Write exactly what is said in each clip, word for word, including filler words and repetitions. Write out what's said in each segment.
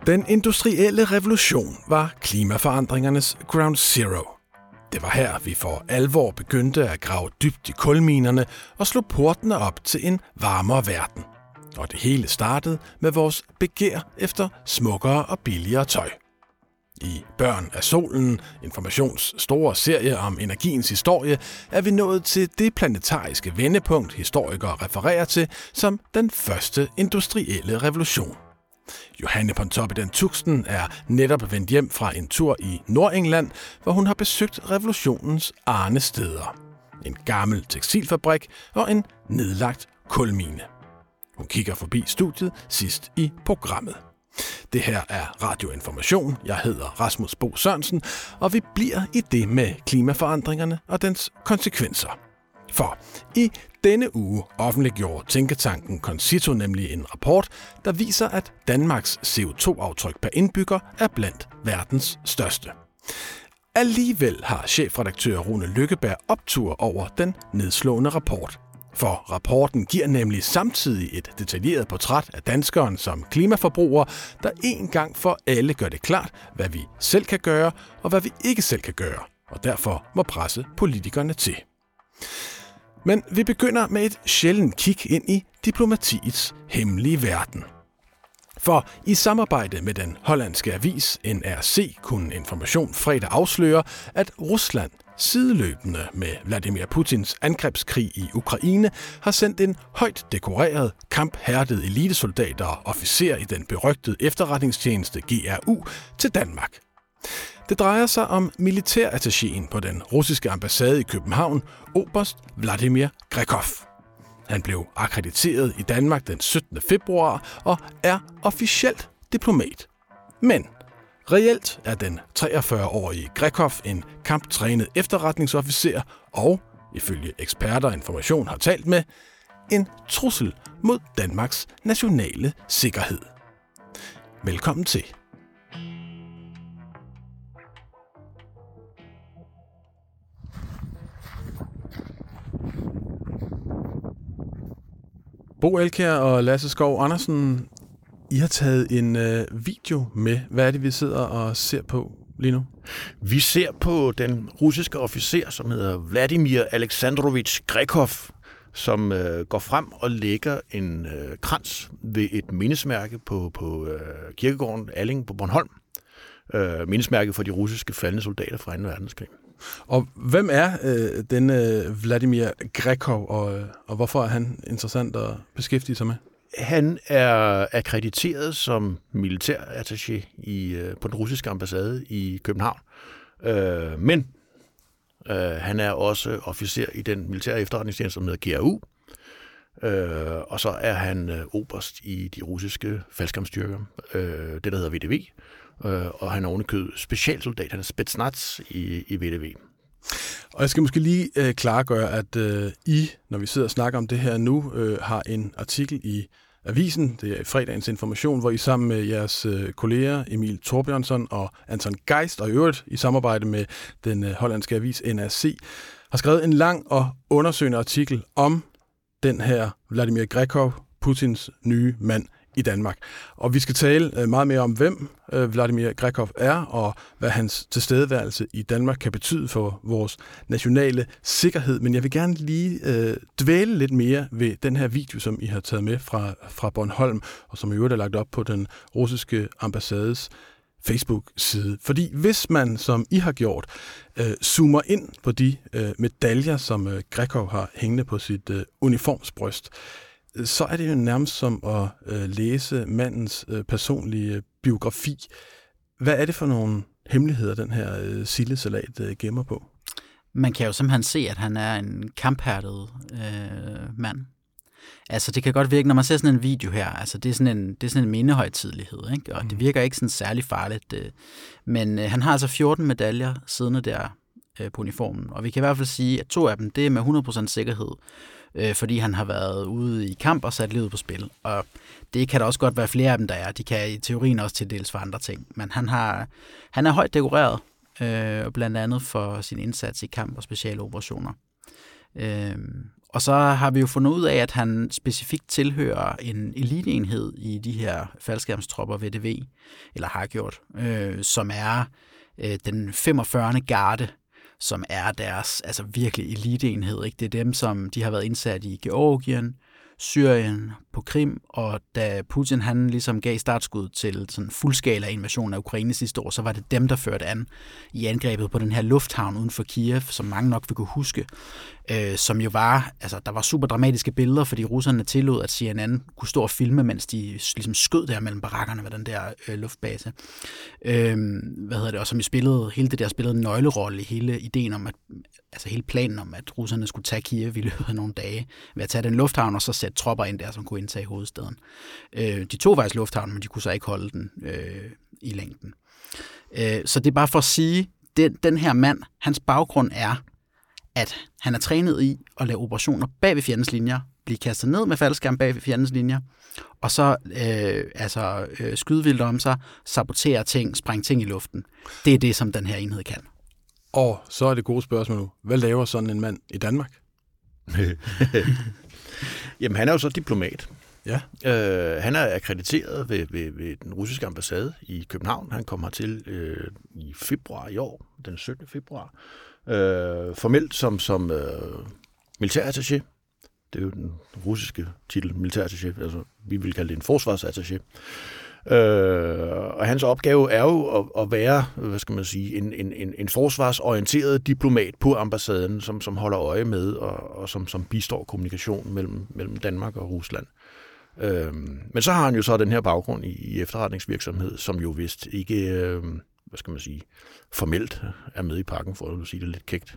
Den industrielle revolution var klimaforandringernes ground zero. Det var her, vi for alvor begyndte at grave dybt i kulminerne og slå portene op til en varmere verden. Og det hele startede med vores begær efter smukkere og billigere tøj. I Børn af Solen, Informations store serie om energiens historie, er vi nået til det planetariske vendepunkt, historikere refererer til som den første industrielle revolution. Johanne Pontoppidan Tuxen er netop vendt hjem fra en tur i Nordengland, hvor hun har besøgt revolutionens arnesteder. En gammel tekstilfabrik og en nedlagt kulmine. Hun kigger forbi studiet sidst i programmet. Det her er Radio Information. Jeg hedder Rasmus Bo Sørensen, og vi bliver i det med klimaforandringerne og dens konsekvenser. For i denne uge offentliggjorde tænketanken Concito nemlig en rapport, der viser, at Danmarks C O to aftryk per indbygger er blandt verdens største. Alligevel har chefredaktør Rune Lykkeberg optur over den nedslående rapport. For rapporten giver nemlig samtidig et detaljeret portræt af danskeren som klimaforbruger, der en gang for alle gør det klart, hvad vi selv kan gøre og hvad vi ikke selv kan gøre, og derfor må presse politikerne til. Men vi begynder med et sjældent kig ind i diplomatiets hemmelige verden. For i samarbejde med den hollandske avis N R C kunne Information fredag afsløre, at Rusland sideløbende med Vladimir Putins angrebskrig i Ukraine har sendt en højt dekoreret, kamphærdet elitesoldater og officer i den berygtede efterretningstjeneste G R U til Danmark. Det drejer sig om militærattachéen på den russiske ambassade i København, oberst Vladimir Grekov. Han blev akkrediteret i Danmark den syttende februar og er officielt diplomat. Men reelt er den treogfyrre-årige Grekov en kamptrænet efterretningsofficer og, ifølge eksperter Information har talt med, en trussel mod Danmarks nationale sikkerhed. Velkommen til. Bo Elkjær og Lasse Skov Andersen, I har taget en øh, video med. Hvad er det, vi sidder og ser på lige nu? Vi ser på den russiske officer, som hedder Vladimir Alexandrovich Grekov, som øh, går frem og lægger en øh, krans ved et mindesmærke på, på øh, kirkegården Alling på Bornholm. Øh, mindesmærke for de russiske faldne soldater fra anden verdenskrig. Og hvem er øh, denne Vladimir Grekov, og, og hvorfor er han interessant at beskæftige sig med? Han er akkrediteret som militærattaché i, øh, på den russiske ambassade i København. Øh, men øh, han er også officer i den militære efterretningstjeneste, som hedder G R U. Øh, og så er han øh, oberst i de russiske faldskærmsstyrker, øh, det der hedder V D V. Og han er ovenikøbet specialsoldat, han er spetsnaz i, i V D V. Og jeg skal måske lige øh, klargøre, at øh, I, når vi sidder og snakker om det her nu, øh, har en artikel i avisen, det er i fredagens Information, hvor I sammen med jeres øh, kolleger Emil Thorbjørnsson og Anton Geist, og i øvrigt i samarbejde med den øh, hollandske avis N R C, har skrevet en lang og undersøgende artikel om den her Vladimir Grekov, Putins nye mand i Danmark. Og vi skal tale meget mere om, hvem Vladimir Grekov er, og hvad hans tilstedeværelse i Danmark kan betyde for vores nationale sikkerhed. Men jeg vil gerne lige øh, dvæle lidt mere ved den her video, som I har taget med fra, fra Bornholm, og som i øvrigt er lagt op på den russiske ambassades Facebook-side. Fordi hvis man, som I har gjort, øh, zoomer ind på de øh, medaljer, som øh, Grekov har hængende på sit øh, uniformsbryst, så er det jo nærmest som at øh, læse mandens øh, personlige biografi. Hvad er det for nogle hemmeligheder, den her øh, sildesalat øh, gemmer på? Man kan jo simpelthen se, at han er en kamphærdet øh, mand. Altså, det kan godt virke, når man ser sådan en video her, altså det er sådan en, det er sådan en mindehøjtidelighed, ikke? Og mm. det virker ikke sådan særlig farligt. Øh, men øh, han har altså fjorten medaljer siddende der øh, på uniformen, og vi kan i hvert fald sige, at to af dem, det er med hundrede procent sikkerhed, øh, fordi han har været ude i kamp og sat livet på spil. Og det kan der også godt være flere af dem, der er. De kan i teorien også tildeles for andre ting. Men han, har, han er højt dekoreret, øh, blandt andet for sin indsats i kamp og speciale operationer. Øh, Og så har vi jo fundet ud af, at han specifikt tilhører en eliteenhed i de her faldskærmstropper V D V, eller har gjort, øh, som er øh, den femogfyrre garde, som er deres altså virkelig eliteenhed. Ikke? Det er dem, som de har været indsat i Georgien, Syrien, på Krim, og da Putin han ligesom gav startskud til sådan fuldskala invasion af Ukraine sidste år, så var det dem, der førte an i angrebet på den her lufthavn uden for Kiev, som mange nok vil kunne huske, øh, som jo var, altså der var super dramatiske billeder, fordi russerne tillod, at C N N kunne stå og filme, mens de ligesom skød der mellem barakkerne ved den der øh, luftbase. Øh, hvad hedder det, og som i spillede, hele det der spillede en nøglerolle i hele ideen om, at altså hele planen om, at russerne skulle tage Kiev i løbet af nogle dage, ved at tage den lufthavn og så sætte tropper ind der, som kunne indtage hovedstaden. Øh, de tog faktisk lufthavnen, men de kunne så ikke holde den øh, i længden. Øh, så det er bare for at sige, den, den her mand, hans baggrund er, at han er trænet i at lave operationer bag ved fjendens linjer, blive kastet ned med faldskærm bag ved fjendens linjer, og så øh, altså, øh, skyde vildt om sig, sabotere ting, sprænge ting i luften. Det er det, som den her enhed kan. Og så er det gode spørgsmål nu. Hvad laver sådan en mand i Danmark? Jamen, han er jo så diplomat. Ja. Øh, han er akkrediteret ved, ved, ved den russiske ambassade i København. Han kom hertil øh, i februar i år, den syttende februar. Øh, formelt som, som øh, militærattaché. Det er jo den russiske titel, militærattaché. Altså, vi vil kalde det en forsvarsattaché. Øh, og hans opgave er jo at, at være, hvad skal man sige, en, en, en, en forsvarsorienteret diplomat på ambassaden, som, som holder øje med og, og som, som bistår kommunikation mellem, mellem Danmark og Rusland. Øh, men så har han jo så den her baggrund i, i efterretningsvirksomhed, som jo vist ikke, øh, hvad skal man sige, formelt er med i pakken, for at sige det lidt kægt.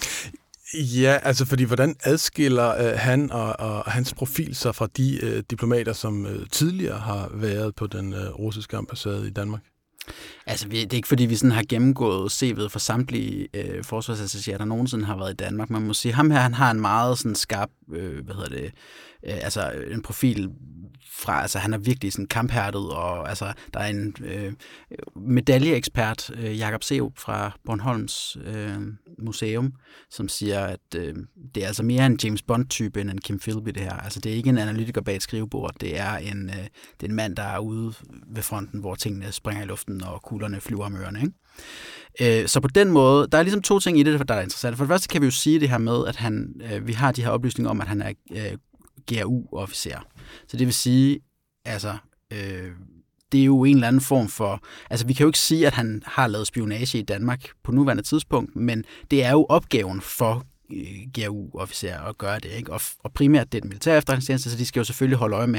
Ja, altså fordi hvordan adskiller øh, han og, og hans profil sig fra de øh, diplomater, som øh, tidligere har været på den øh, russiske ambassade i Danmark? Altså, det er ikke fordi, vi sådan har gennemgået C V'et for samtlige øh, forsvarsattachéer, der nogensinde har været i Danmark. Man må sige, ham her, han har en meget sådan skarp, øh, hvad hedder det, øh, altså en profil fra, altså han er virkelig sådan kamphærdet, og altså der er en øh, medaljeekspert, øh, Jakob Serup fra Bornholms øh, museum, som siger, at øh, det er altså mere en James Bond-type end en Kim Philby, det her. Altså det er ikke en analytiker bag et skrivebord, det er en, øh, det er en mand, der er ude ved fronten, hvor tingene springer i luften, og kuglerne flyver om ørerne, ikke? Øh, så på den måde, der er ligesom to ting i det, der er interessant. For det første kan vi jo sige det her med, at han, øh, vi har de her oplysninger om, at han er øh, G R U-officer. Så det vil sige, altså, øh, det er jo en eller anden form for, altså vi kan jo ikke sige, at han har lavet spionage i Danmark på nuværende tidspunkt, men det er jo opgaven for G R U-officerer at gøre det, ikke? Og, og primært det er den militære efterretningstjeneste, så de skal jo selvfølgelig holde øje med,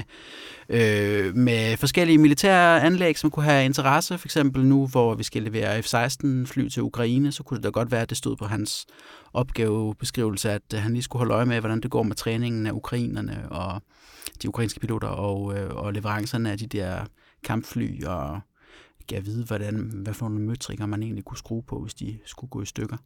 øh, med forskellige militære anlæg, som kunne have interesse. For eksempel nu, hvor vi skal levere F seksten fly til Ukraine, så kunne det da godt være, at det stod på hans opgavebeskrivelse, at han lige skulle holde øje med, hvordan det går med træningen af ukrainerne og de ukrainske piloter og, øh, og leverancerne af de der kampfly, og gav vide, hvordan, hvad for nogle møtrikker man egentlig kunne skrue på, hvis de skulle gå i stykker.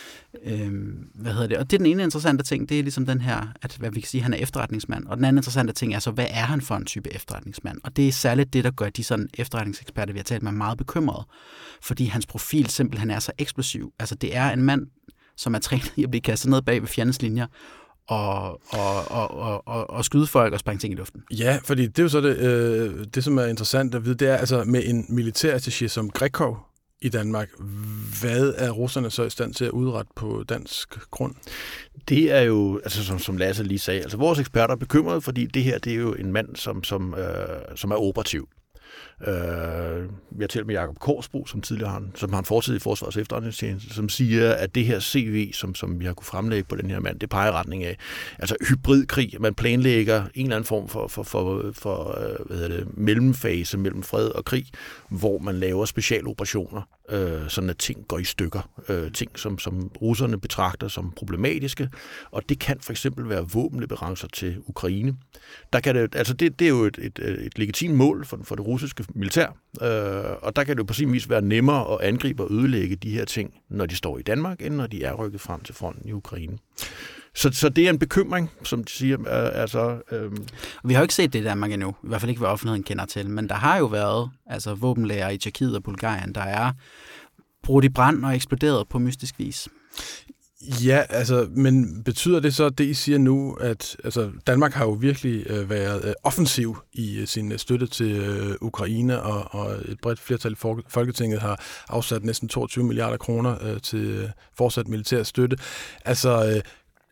Øhm, hvad hedder det? Og det er den ene interessante ting, det er ligesom den her, at hvad vi kan sige, han er efterretningsmand. Og den anden interessante ting er så, hvad er han for en type efterretningsmand? Og det er særligt det, der gør de sådan efterretningseksperter, vi har talt med, meget bekymrede. Fordi hans profil simpelthen er så eksplosiv. Altså det er en mand, som er trænet i at blive kastet ned bag ved fjendens linjer, Og, og, og, og, og skyde folk og sprænge ting i luften. Ja, fordi det er jo så det, øh, det som er interessant at vide, det er altså med en militærattaché som Grekov i Danmark, hvad er russerne så i stand til at udrette på dansk grund? Det er jo, altså som, som Lasse lige sagde, altså vores eksperter er bekymrede, fordi det her, det er jo en mand, som, som, øh, som er operativ. Uh, vi har talt med Jakob Korsbro, som tidligere har, som har en fortid i Forsvars Efterretningstjeneste, som siger, at det her C V, som, som vi har kunne fremlægge på den her mand, det peger i retning af altså hybridkrig. Man planlægger en eller anden form for, for, for, for hvad hedder det, mellemfase mellem fred og krig, hvor man laver specialoperationer, uh, sådan at ting går i stykker. Uh, ting, som, som russerne betragter som problematiske, og det kan for eksempel være våbenleverancer til Ukraine. Der kan det, altså det, det er jo et, et, et legitimt mål for, for det russiske militær, øh, og der kan det jo på sin vis være nemmere at angribe og ødelægge de her ting, når de står i Danmark, end når de er rykket frem til fronten i Ukraine. Så, så det er en bekymring, som de siger. Øh, altså, øh... Vi har jo ikke set det i Danmark endnu, i hvert fald ikke, hvad offentligheden kender til, men der har jo været altså, våbenlager i Tjekkiet og Bulgarien, der er brudt i brand og eksploderet på mystisk vis. Ja, altså, men betyder det så, det I siger nu, at altså, Danmark har jo virkelig øh, været øh, offensiv i øh, sin støtte til øh, Ukraine, og, og et bredt flertal i Folketinget har afsat næsten toogtyve milliarder kroner øh, til øh, fortsat militær støtte. Altså, øh,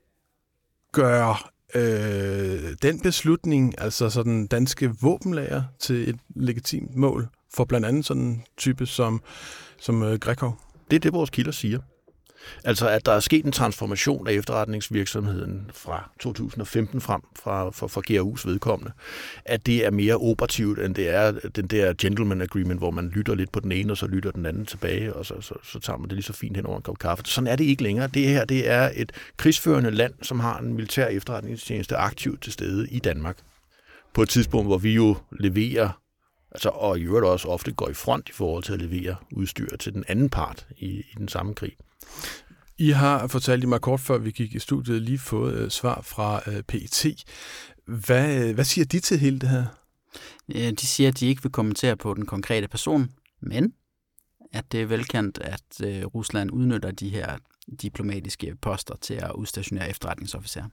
gør øh, den beslutning, altså sådan danske våbenlager, til et legitimt mål for blandt andet sådan en type som, som øh, Grekov? Det er det, vores kilder siger. Altså, at der er sket en transformation af efterretningsvirksomheden fra to tusind og femten frem fra, for, for G R U's vedkommende. At det er mere operativt, end det er den der gentleman agreement, hvor man lytter lidt på den ene, og så lytter den anden tilbage, og så, så, så tager man det lige så fint hen over en kop kaffe. Sådan er det ikke længere. Det her, det er et krigsførende land, som har en militær efterretningstjeneste aktivt til stede i Danmark. På et tidspunkt, hvor vi jo leverer, altså, og i øvrigt også ofte går i front i forhold til at levere udstyr til den anden part i, i den samme krig. I har fortalt i mig kort før vi gik i studiet lige fået øh, svar fra øh, P E T. Hvad, hvad siger de til hele det her? De siger, at de ikke vil kommentere på den konkrete person, men at det er velkendt, at øh, Rusland udnytter de her diplomatiske poster til at udstationere efterretningsofficerer.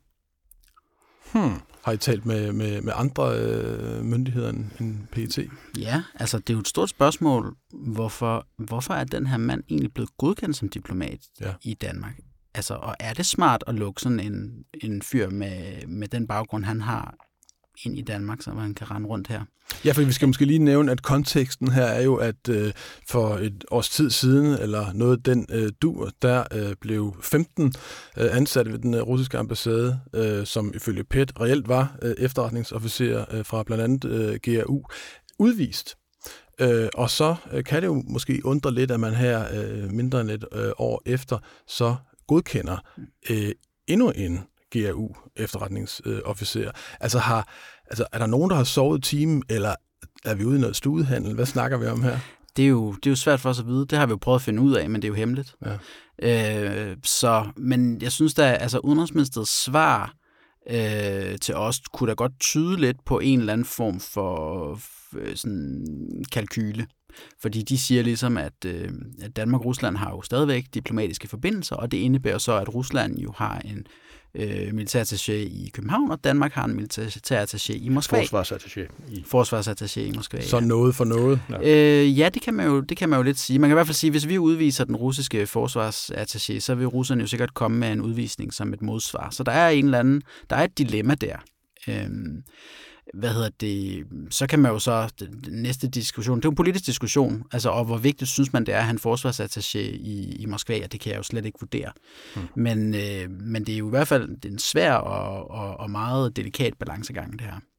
Hmm. Har I talt med, med, med andre øh, myndigheder end P E T? Ja, altså det er jo et stort spørgsmål, hvorfor, hvorfor er den her mand egentlig blevet godkendt som diplomat ja. i Danmark? Altså, og er det smart at lukke sådan en, en fyr med, med den baggrund, han har, ind i Danmark, så man kan rende rundt her? Ja, for vi skal måske lige nævne, at konteksten her er jo, at øh, for et års tid siden, eller noget den øh, dur, der øh, blev femten øh, ansatte ved den øh, russiske ambassade, øh, som ifølge P E T reelt var øh, efterretningsofficerer øh, fra blandt andet øh, G R U, udvist. Øh, og så øh, kan det jo måske undre lidt, at man her øh, mindre end et øh, år efter, så godkender øh, endnu en G R U-efterretningsofficer. Øh, altså, har, altså, er der nogen, der har sovet timen, eller er vi ude i noget studehandel? Hvad snakker vi om her? Det er, jo, det er jo svært for os at vide. Det har vi jo prøvet at finde ud af, men det er jo hemmeligt. Ja. Øh, så, men jeg synes da, altså Udenrigsministeriets svar øh, til os kunne da godt tyde lidt på en eller anden form for, for sådan kalkyle. Fordi de siger ligesom, at, øh, at Danmark og Rusland har jo stadigvæk diplomatiske forbindelser, og det indebærer så, at Rusland jo har en øh, militærattaché i København, og Danmark har en militærattaché i Moskva. Forsvarsattaché i... Forsvarsattaché i Moskva, Så ja. noget for noget? Ja, øh, ja det, kan man jo, det kan man jo lidt sige. Man kan i hvert fald sige, at hvis vi udviser den russiske forsvarsattaché, så vil russerne jo sikkert komme med en udvisning som et modsvar. Så der er en eller anden, der er et dilemma der. Øhm, Hvad hedder det, så kan man jo så, den næste diskussion, det er jo en politisk diskussion, altså, og hvor vigtigt synes man det er at have en forsvarsattaché i, i Moskva, og det kan jeg jo slet ikke vurdere. Hmm. Men, øh, men det er jo i hvert fald det er en svær og, og, og meget delikat balancegang, det her.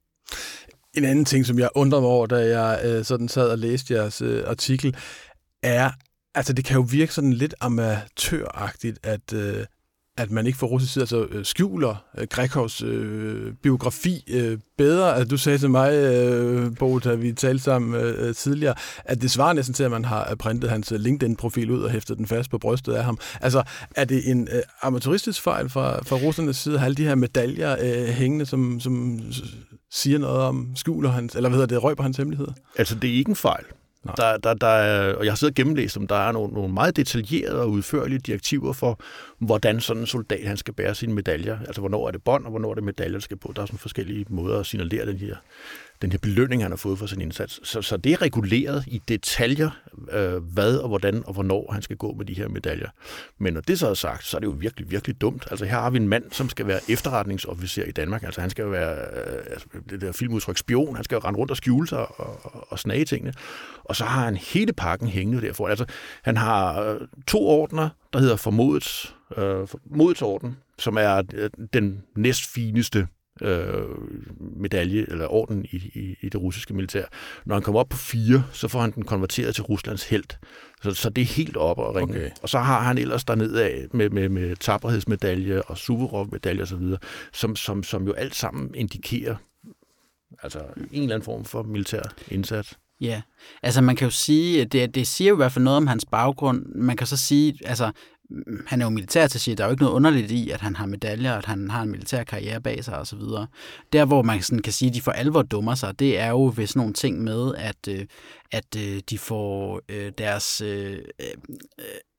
En anden ting, som jeg undrede mig over, da jeg øh, sådan sad og læste jeres øh, artikel, er, altså det kan jo virke sådan lidt amatøragtigt, at øh, at man ikke fra russisk side altså, øh, skjuler øh, Grekovs øh, biografi øh, bedre. Altså, du sagde til mig, øh, Bo, da vi talte sammen øh, tidligere, at det svarer næsten til, at man har printet hans LinkedIn-profil ud og hæftet den fast på brystet af ham. Altså, er det en øh, amatøristisk fejl fra, fra russernes side at have alle de her medaljer øh, hængende, som, som siger noget om, skjuler hans, eller hvad hedder det, røber hans hemmeligheder? Altså, det er ikke en fejl. Der, der, der er, og jeg har siddet og gennemlæst dem, der er nogle, nogle meget detaljerede og udførlige direktiver for, hvordan sådan en soldat han skal bære sine medaljer. Altså, hvornår er det bånd, og hvornår er det medaljer, der skal på. Der er sådan forskellige måder at signalere den her, den her belønning, han har fået for sin indsats. Så, så det er reguleret i detaljer, øh, hvad og hvordan og hvornår han skal gå med de her medaljer. Men når det så er sagt, så er det jo virkelig, virkelig dumt. Altså, her har vi en mand, som skal være efterretningsofficer i Danmark. Altså, han skal jo være, øh, altså, det der filmudtryk spion, han skal jo rende rundt og skjule sig og, og, og snage tingene. Og så har han hele pakken hængende derfor. Altså, han har øh, to ordner, der hedder formodets, øh, formodets orden, som er øh, den næstfineste øh, medalje eller orden i, i, i det russiske militær. Når han kommer op på fire, så får han den konverteret til Ruslands helt. Så, så det er helt oppe at ringe. Okay. Og så har han ellers dernede af med, med, med tapperhedsmedalje og Suvorov-medalje osv., som, som, som jo alt sammen indikerer altså en eller anden form for militær indsats. Ja, altså man kan jo sige, det, det siger jo i hvert fald noget om hans baggrund. Man kan så sige, altså han er jo militærattaché, der er jo ikke noget underligt i, at han har medaljer, at han har en militær karriere bag sig og så videre. Der, hvor man sådan kan sige, at de for alvor dummer sig, det er jo ved sådan nogle ting med, at, at de får deres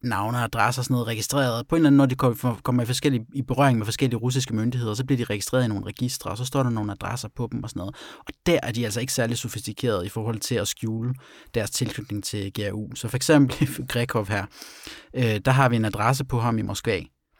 navne og adresser og sådan noget registreret. På en eller anden, når de kommer i, forskellige, i berøring med forskellige russiske myndigheder, så bliver de registreret i nogle registre, og så står der nogle adresser på dem og sådan noget. Og der er de altså ikke særlig sofistikerede i forhold til at skjule deres tilknytning til G R U. Så for eksempel Grekov her, øh, der har vi en adresse på ham i Moskva,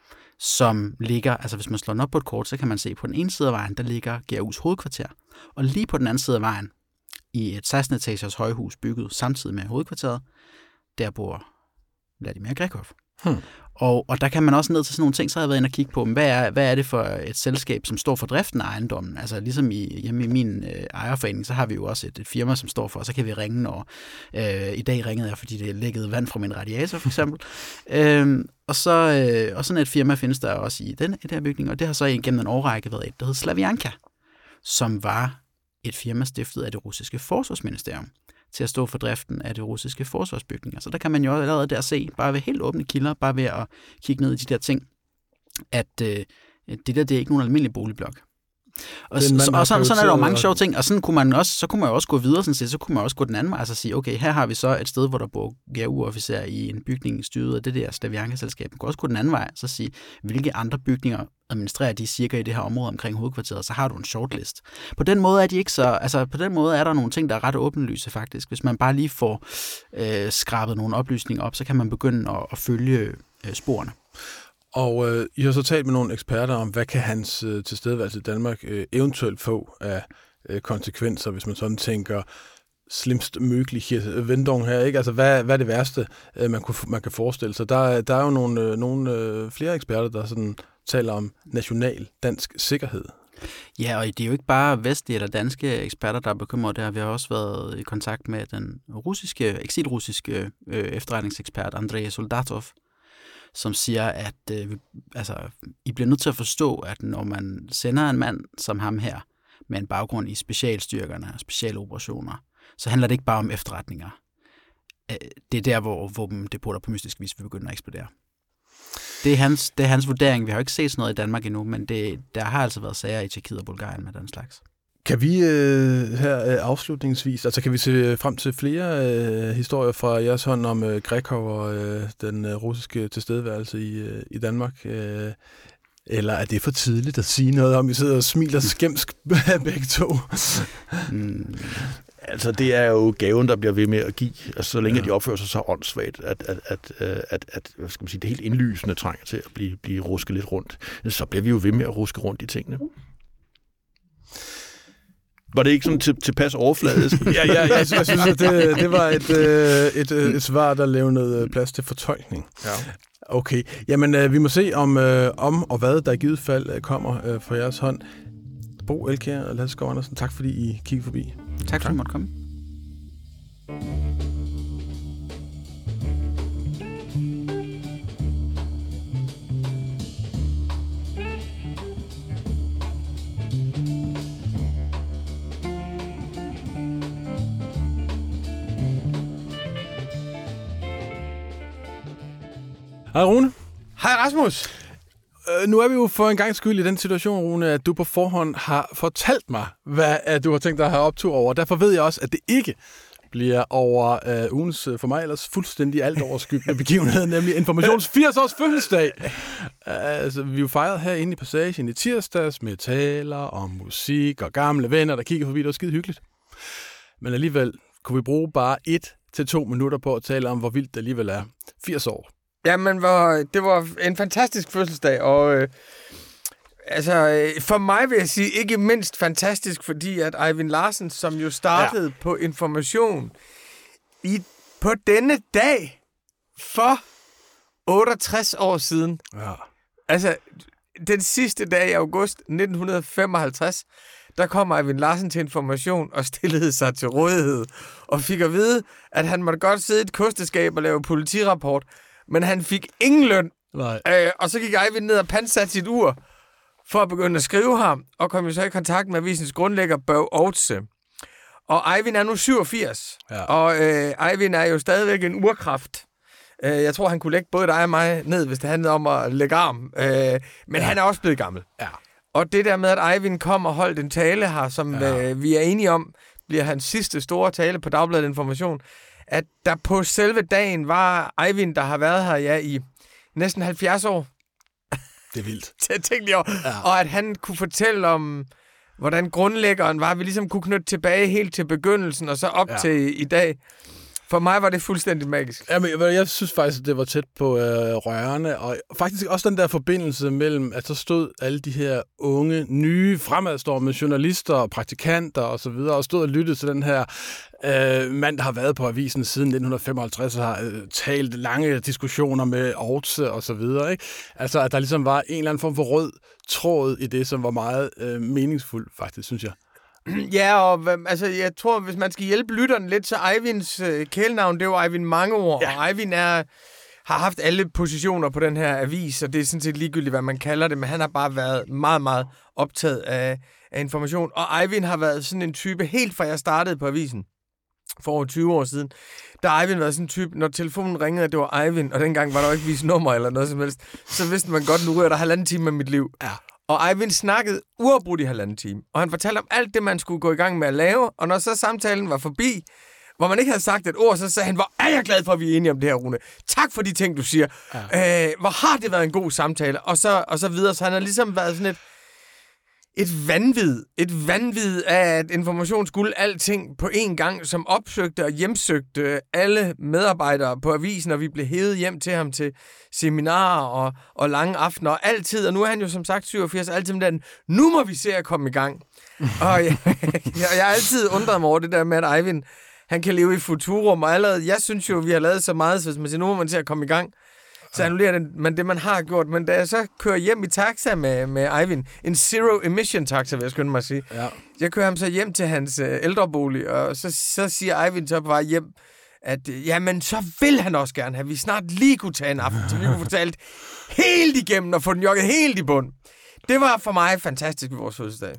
som ligger, altså hvis man slår den op på et kort, så kan man se, på den ene side af vejen, der ligger G R U's hovedkvarter, og lige på den anden side af vejen, i et seksten etagers højhus bygget samtidig med hovedkvarteret, der bor Vladimir Grekov. Hmm. Og, og der kan man også ned til sådan nogle ting, så har jeg været inde og kigge på, hvad er, hvad er det for et selskab, som står for driften af ejendommen? Altså ligesom i, hjemme i min øh, ejerforening, så har vi jo også et, et firma, som står for, og så kan vi ringe, når øh, i dag ringede jeg, fordi det lækkede vand fra min radiator, for eksempel. øhm, og, så, øh, og sådan et firma findes der også i den, i den her bygning, og det har så igennem en årrække været et, der hed Slavianka, som var et firma stiftet af det russiske forsvarsministerium til at stå for driften af det russiske forsvarsbygninger. Så der kan man jo allerede der se, bare ved helt åbne kilder, bare ved at kigge ned i de der ting, at øh, det der, det er ikke nogen almindelig boligblok. Og, så, og sådan, sådan er der jo mange sjove ting, og sådan kunne man også, så kunne man jo også gå videre, sådan set, så kunne man også gå den anden vej, altså sige, okay, her har vi så et sted, hvor der bor G R U-officerer i en bygning styret af det der Slavianka-selskab. Man kunne også gå den anden vej, så sige, hvilke andre bygninger administrerer de cirka i det her område omkring hovedkvarteret, så har du en shortlist. På den måde er de ikke så, altså på den måde er der nogle ting, der er ret åbenlyse faktisk. Hvis man bare lige får øh, skrabet nogle oplysninger op, så kan man begynde at, at følge øh, sporene. Og øh, I har så talt med nogle eksperter om, hvad kan hans øh, tilstedeværelse i Danmark øh, eventuelt få af øh, konsekvenser, hvis man sådan tænker slimst mögliche Wendung her, ikke? Altså, hvad, hvad er det værste, øh, man, kunne, man kan forestille sig? Der, der er jo nogle, øh, nogle øh, flere eksperter, der sådan taler om national dansk sikkerhed. Ja, og det er jo ikke bare vestlige eller danske eksperter, der er bekymret der. Vi har også været i kontakt med den russiske, eksilrussiske øh, efterretningsekspert Andrei Soldatov, som siger, at øh, altså, I bliver nødt til at forstå, at når man sender en mand som ham her, med en baggrund i specialstyrkerne og specialoperationer, så handler det ikke bare om efterretninger. Det er der, hvor våbendepoter på mystisk vis vil begynde at eksplodere. Det er, hans, det er hans vurdering. Vi har jo ikke set sådan noget i Danmark endnu, men det, der har altså været sager i Tjekkiet og Bulgarien med den slags. Kan vi øh, her øh, afslutningsvis, altså kan vi se frem til flere øh, historier fra jeres hånd om øh, Grekov og øh, den øh, russiske tilstedeværelse i, øh, i Danmark? Øh, eller er det for tidligt at sige noget om, I sidder og smiler skæmsk begge to? mm. Altså, det er jo gaven, der bliver ved med at give, altså, så længe ja. de opfører sig så åndssvagt, at, at, at, at, at hvad skal man sige, det helt indlysende trænger til at blive, blive rusket lidt rundt. Så bliver vi jo ved med at ruske rundt i tingene. Var det ikke sådan til, tilpas overfladisk? ja, ja, ja, jeg synes, at det, det var et, et, et, et svar, der levnede plads til fortolkning. Ja. Okay, jamen vi må se, om, om og hvad der i givet fald kommer fra jeres hånd. Bo Elkjær og Lasse Skov Andersen, tak fordi I kiggede forbi. Tak fordi I måtte komme. Hej Rune. Hej Rasmus. Øh, nu er vi jo for en gang skyld i den situation, Rune, at du på forhånd har fortalt mig, hvad at du har tænkt dig at have optur over. Derfor ved jeg også, at det ikke bliver over øh, ugens for mig ellers fuldstændig alt overskyggende begivenhed, nemlig Informations firs års fødselsdag. Altså, vi er jo fejret herinde i Passagen i tirsdags med taler om musik og gamle venner, der kigger forbi. Det var skide hyggeligt. Men alligevel kunne vi bruge bare et til to minutter på at tale om, hvor vildt det alligevel er. firs år. Jamen, det var en fantastisk fødselsdag, og øh, altså, for mig vil jeg sige, ikke mindst fantastisk, fordi at Eivind Larsen, som jo startede ja. på Information i, på denne dag for otteogtres år siden. Ja. Altså, den sidste dag i august nitten femoghalvtreds, der kom Eivind Larsen til Information og stillede sig til rådighed, og fik at vide, at han måtte godt sidde i et kosteskab og lave politirapport, men han fik ingen løn. Nej. Øh, og så gik Eivind ned og pantsatte sit ur for at begynde at skrive ham, og kom jo så i kontakt med avisens grundlægger, Børge Outze. Og Eivind er nu syvogfirs, ja. og øh, Eivind er jo stadigvæk en urkraft. Øh, jeg tror, han kunne lægge både dig og mig ned, hvis det handlede om at lægge arm. Øh, men ja. han er også blevet gammel. Ja. Og det der med, at Eivind kom og holdt en tale her, som ja. øh, vi er enige om, bliver hans sidste store tale på Dagbladet Information, at der på selve dagen var Eivind, der har været her ja, i næsten halvfjerds år. Det er vildt. Det tænkte jeg ja. Og at han kunne fortælle om, hvordan grundlæggeren var. Vi ligesom kunne knytte tilbage helt til begyndelsen, og så op ja. til i dag. For mig var det fuldstændig magisk. Jamen, jeg, jeg synes faktisk, at det var tæt på øh, rørende, og faktisk også den der forbindelse mellem, at så stod alle de her unge, nye, fremadstormende journalister og praktikanter og så videre, og stod og lyttede til den her øh, mand, der har været på avisen siden nitten femoghalvtreds og har øh, talt lange diskussioner med Ortze og så videre, ikke? Altså, at der ligesom var en eller anden form for rød tråd i det, som var meget øh, meningsfuldt, faktisk, synes jeg. Ja, og altså, jeg tror, hvis man skal hjælpe lytterne lidt, så Eivinds øh, kælenavn, det er jo Eivind Mangeord, ja. Og Eivind er, har haft alle positioner på den her avis, og det er sådan set ligegyldigt, hvad man kalder det, men han har bare været meget, meget optaget af, af information, og Eivind har været sådan en type, helt fra jeg startede på avisen, for over tyve år siden, der har Eivind været sådan en type, når telefonen ringede, at det var Eivind, og dengang var der jo ikke vist nummer eller noget som helst, så vidste man godt, nu ryger der halvanden time af mit liv. Ja. Og Eivind snakkede uafbrudt i halvanden time. Og han fortalte om alt det, man skulle gå i gang med at lave. Og når så samtalen var forbi, hvor man ikke havde sagt et ord, så sagde han, hvor er jeg glad for, at vi er enige om det her, Rune. Tak for de ting, du siger. Ja. Øh, hvor har det været en god samtale. Og så, og så videre. Så han har ligesom været sådan et, et vanvid. Et vanvid af, at information skulle alting på én gang, som opsøgte og hjemsøgte alle medarbejdere på avisen, og vi blev hævet hjem til ham til seminarer og, og lange aftener og altid. Og nu er han jo som sagt syvogfirs, altid med den, nu må vi se at komme i gang. Og jeg, jeg, jeg har altid undret mig over det der med, at Eivind, han kan leve i futurum, og allerede, jeg synes jo, vi har lavet så meget, så hvis man siger, nu må man til at komme i gang, så annullerer man det, man har gjort. Men da jeg så kører hjem i taxa med, med Eivind, en zero-emission taxa, vil jeg skynde mig at sige. Ja. Jeg kører ham så hjem til hans øh, ældrebolig, og så, så siger Eivind så på vej hjem, at øh, jamen, så vil han også gerne have, vi snart lige kunne tage en aften, så vi kunne få talt helt igennem og få den jokket helt i bund. Det var for mig fantastisk ved vores fødselsdag.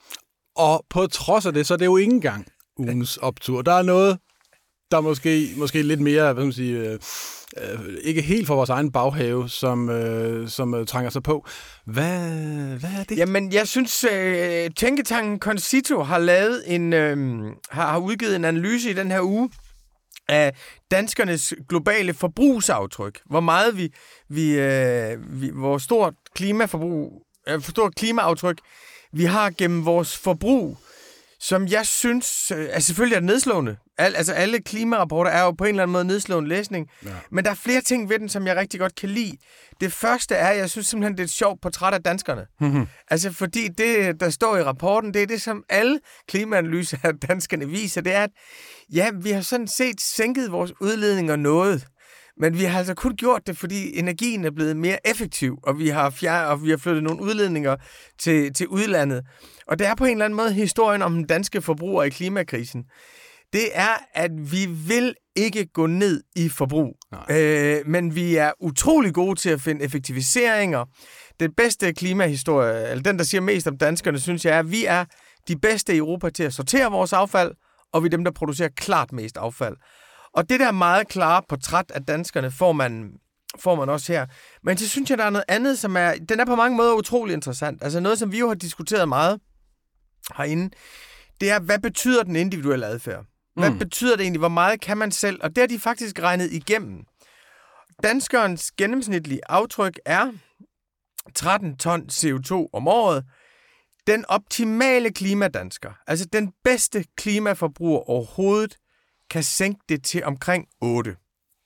Og på trods af det, så er det jo ikke engang ugens optur. Der er noget, der måske, måske lidt mere, hvad skal man sige, øh, øh, ikke helt for vores egen baghave, som, øh, som øh, trænger sig på. Hvad, hvad er det? Jamen, jeg synes, øh, Tænketanken Concito har lavet en, øh, har, har udgivet en analyse i den her uge af danskernes globale forbrugsaftryk. Hvor meget vi, vi, øh, vi hvor stort klimaforbrug, øh, stort klimaaftryk vi har gennem vores forbrug, som jeg synes, altså selvfølgelig er det nedslående. Al, altså alle klimarapporter er jo på en eller anden måde nedslående læsning. Ja. Men der er flere ting ved den, som jeg rigtig godt kan lide. Det første er, jeg synes simpelthen, det er et sjovt portræt af danskerne. Mm-hmm. Altså fordi det, der står i rapporten, det er det, som alle klimaanalyser af danskerne viser, det er, at ja, vi har sådan set sænket vores udledninger noget. Men vi har altså kun gjort det, fordi energien er blevet mere effektiv, og vi har, fjer- og vi har flyttet nogle udledninger til, til udlandet. Og det er på en eller anden måde historien om den danske forbruger i klimakrisen. Det er, at vi vil ikke gå ned i forbrug, øh, men vi er utrolig gode til at finde effektiviseringer. Den bedste klimahistorie, eller den, der siger mest om danskerne, synes jeg er, at vi er de bedste i Europa til at sortere vores affald, og vi er dem, der producerer klart mest affald. Og det der meget klare portræt af danskerne får man, får man også her. Men så synes jeg, der er noget andet, som er... Den er på mange måder utrolig interessant. Altså noget, som vi jo har diskuteret meget herinde, det er, hvad betyder den individuelle adfærd? Hvad mm. betyder det egentlig? Hvor meget kan man selv? Og det har de faktisk regnet igennem. Danskerens gennemsnitlige aftryk er tretten ton C O to om året. Den optimale klimadansker, altså den bedste klimaforbruger overhovedet, kan sænke det til omkring otte.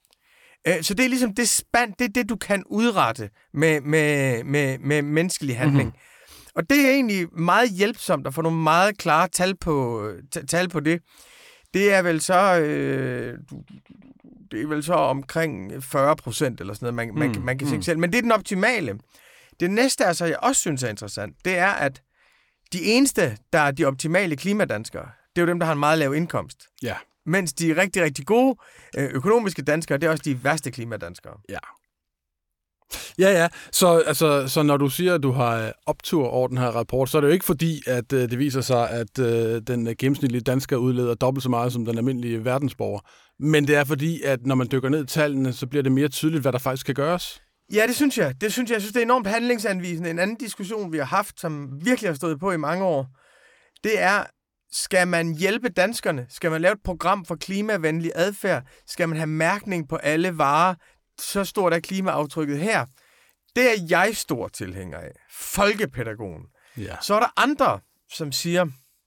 Så det er ligesom det spand, det er det, du kan udrette med, med, med, med menneskelig handling. Mm-hmm. Og det er egentlig meget hjælpsomt at få nogle meget klare tal på, tal på det. Det er vel så, øh, det er vel så omkring fyrre procent eller sådan noget, man, mm. man, man kan sænke mm. selv. Men det er den optimale. Det næste, altså, jeg også synes er interessant, det er, at de eneste, der er de optimale klimadanskere, det er jo dem, der har en meget lav indkomst. Ja. Mens de rigtig, rigtig gode økonomiske danskere, det er også de værste klimadanskere. Ja. Ja, ja. Så, altså, så når du siger, at du har optur over den her rapport, så er det jo ikke fordi, at øh, det viser sig, at øh, den gennemsnitlige dansker udleder dobbelt så meget som den almindelige verdensborger. Men det er fordi, at når man dykker ned i tallene, så bliver det mere tydeligt, hvad der faktisk kan gøres. Ja, det synes jeg. Det synes jeg. Jeg synes, det er enormt handlingsanvisende. En anden diskussion, vi har haft, som virkelig har stået på i mange år, det er, skal man hjælpe danskerne? Skal man lave et program for klimavenlig adfærd? Skal man have mærkning på alle varer? Så stort er klimaaftrykket her. Det er jeg stor tilhænger af. Folkepædagogen. Ja. Så er der andre, som siger,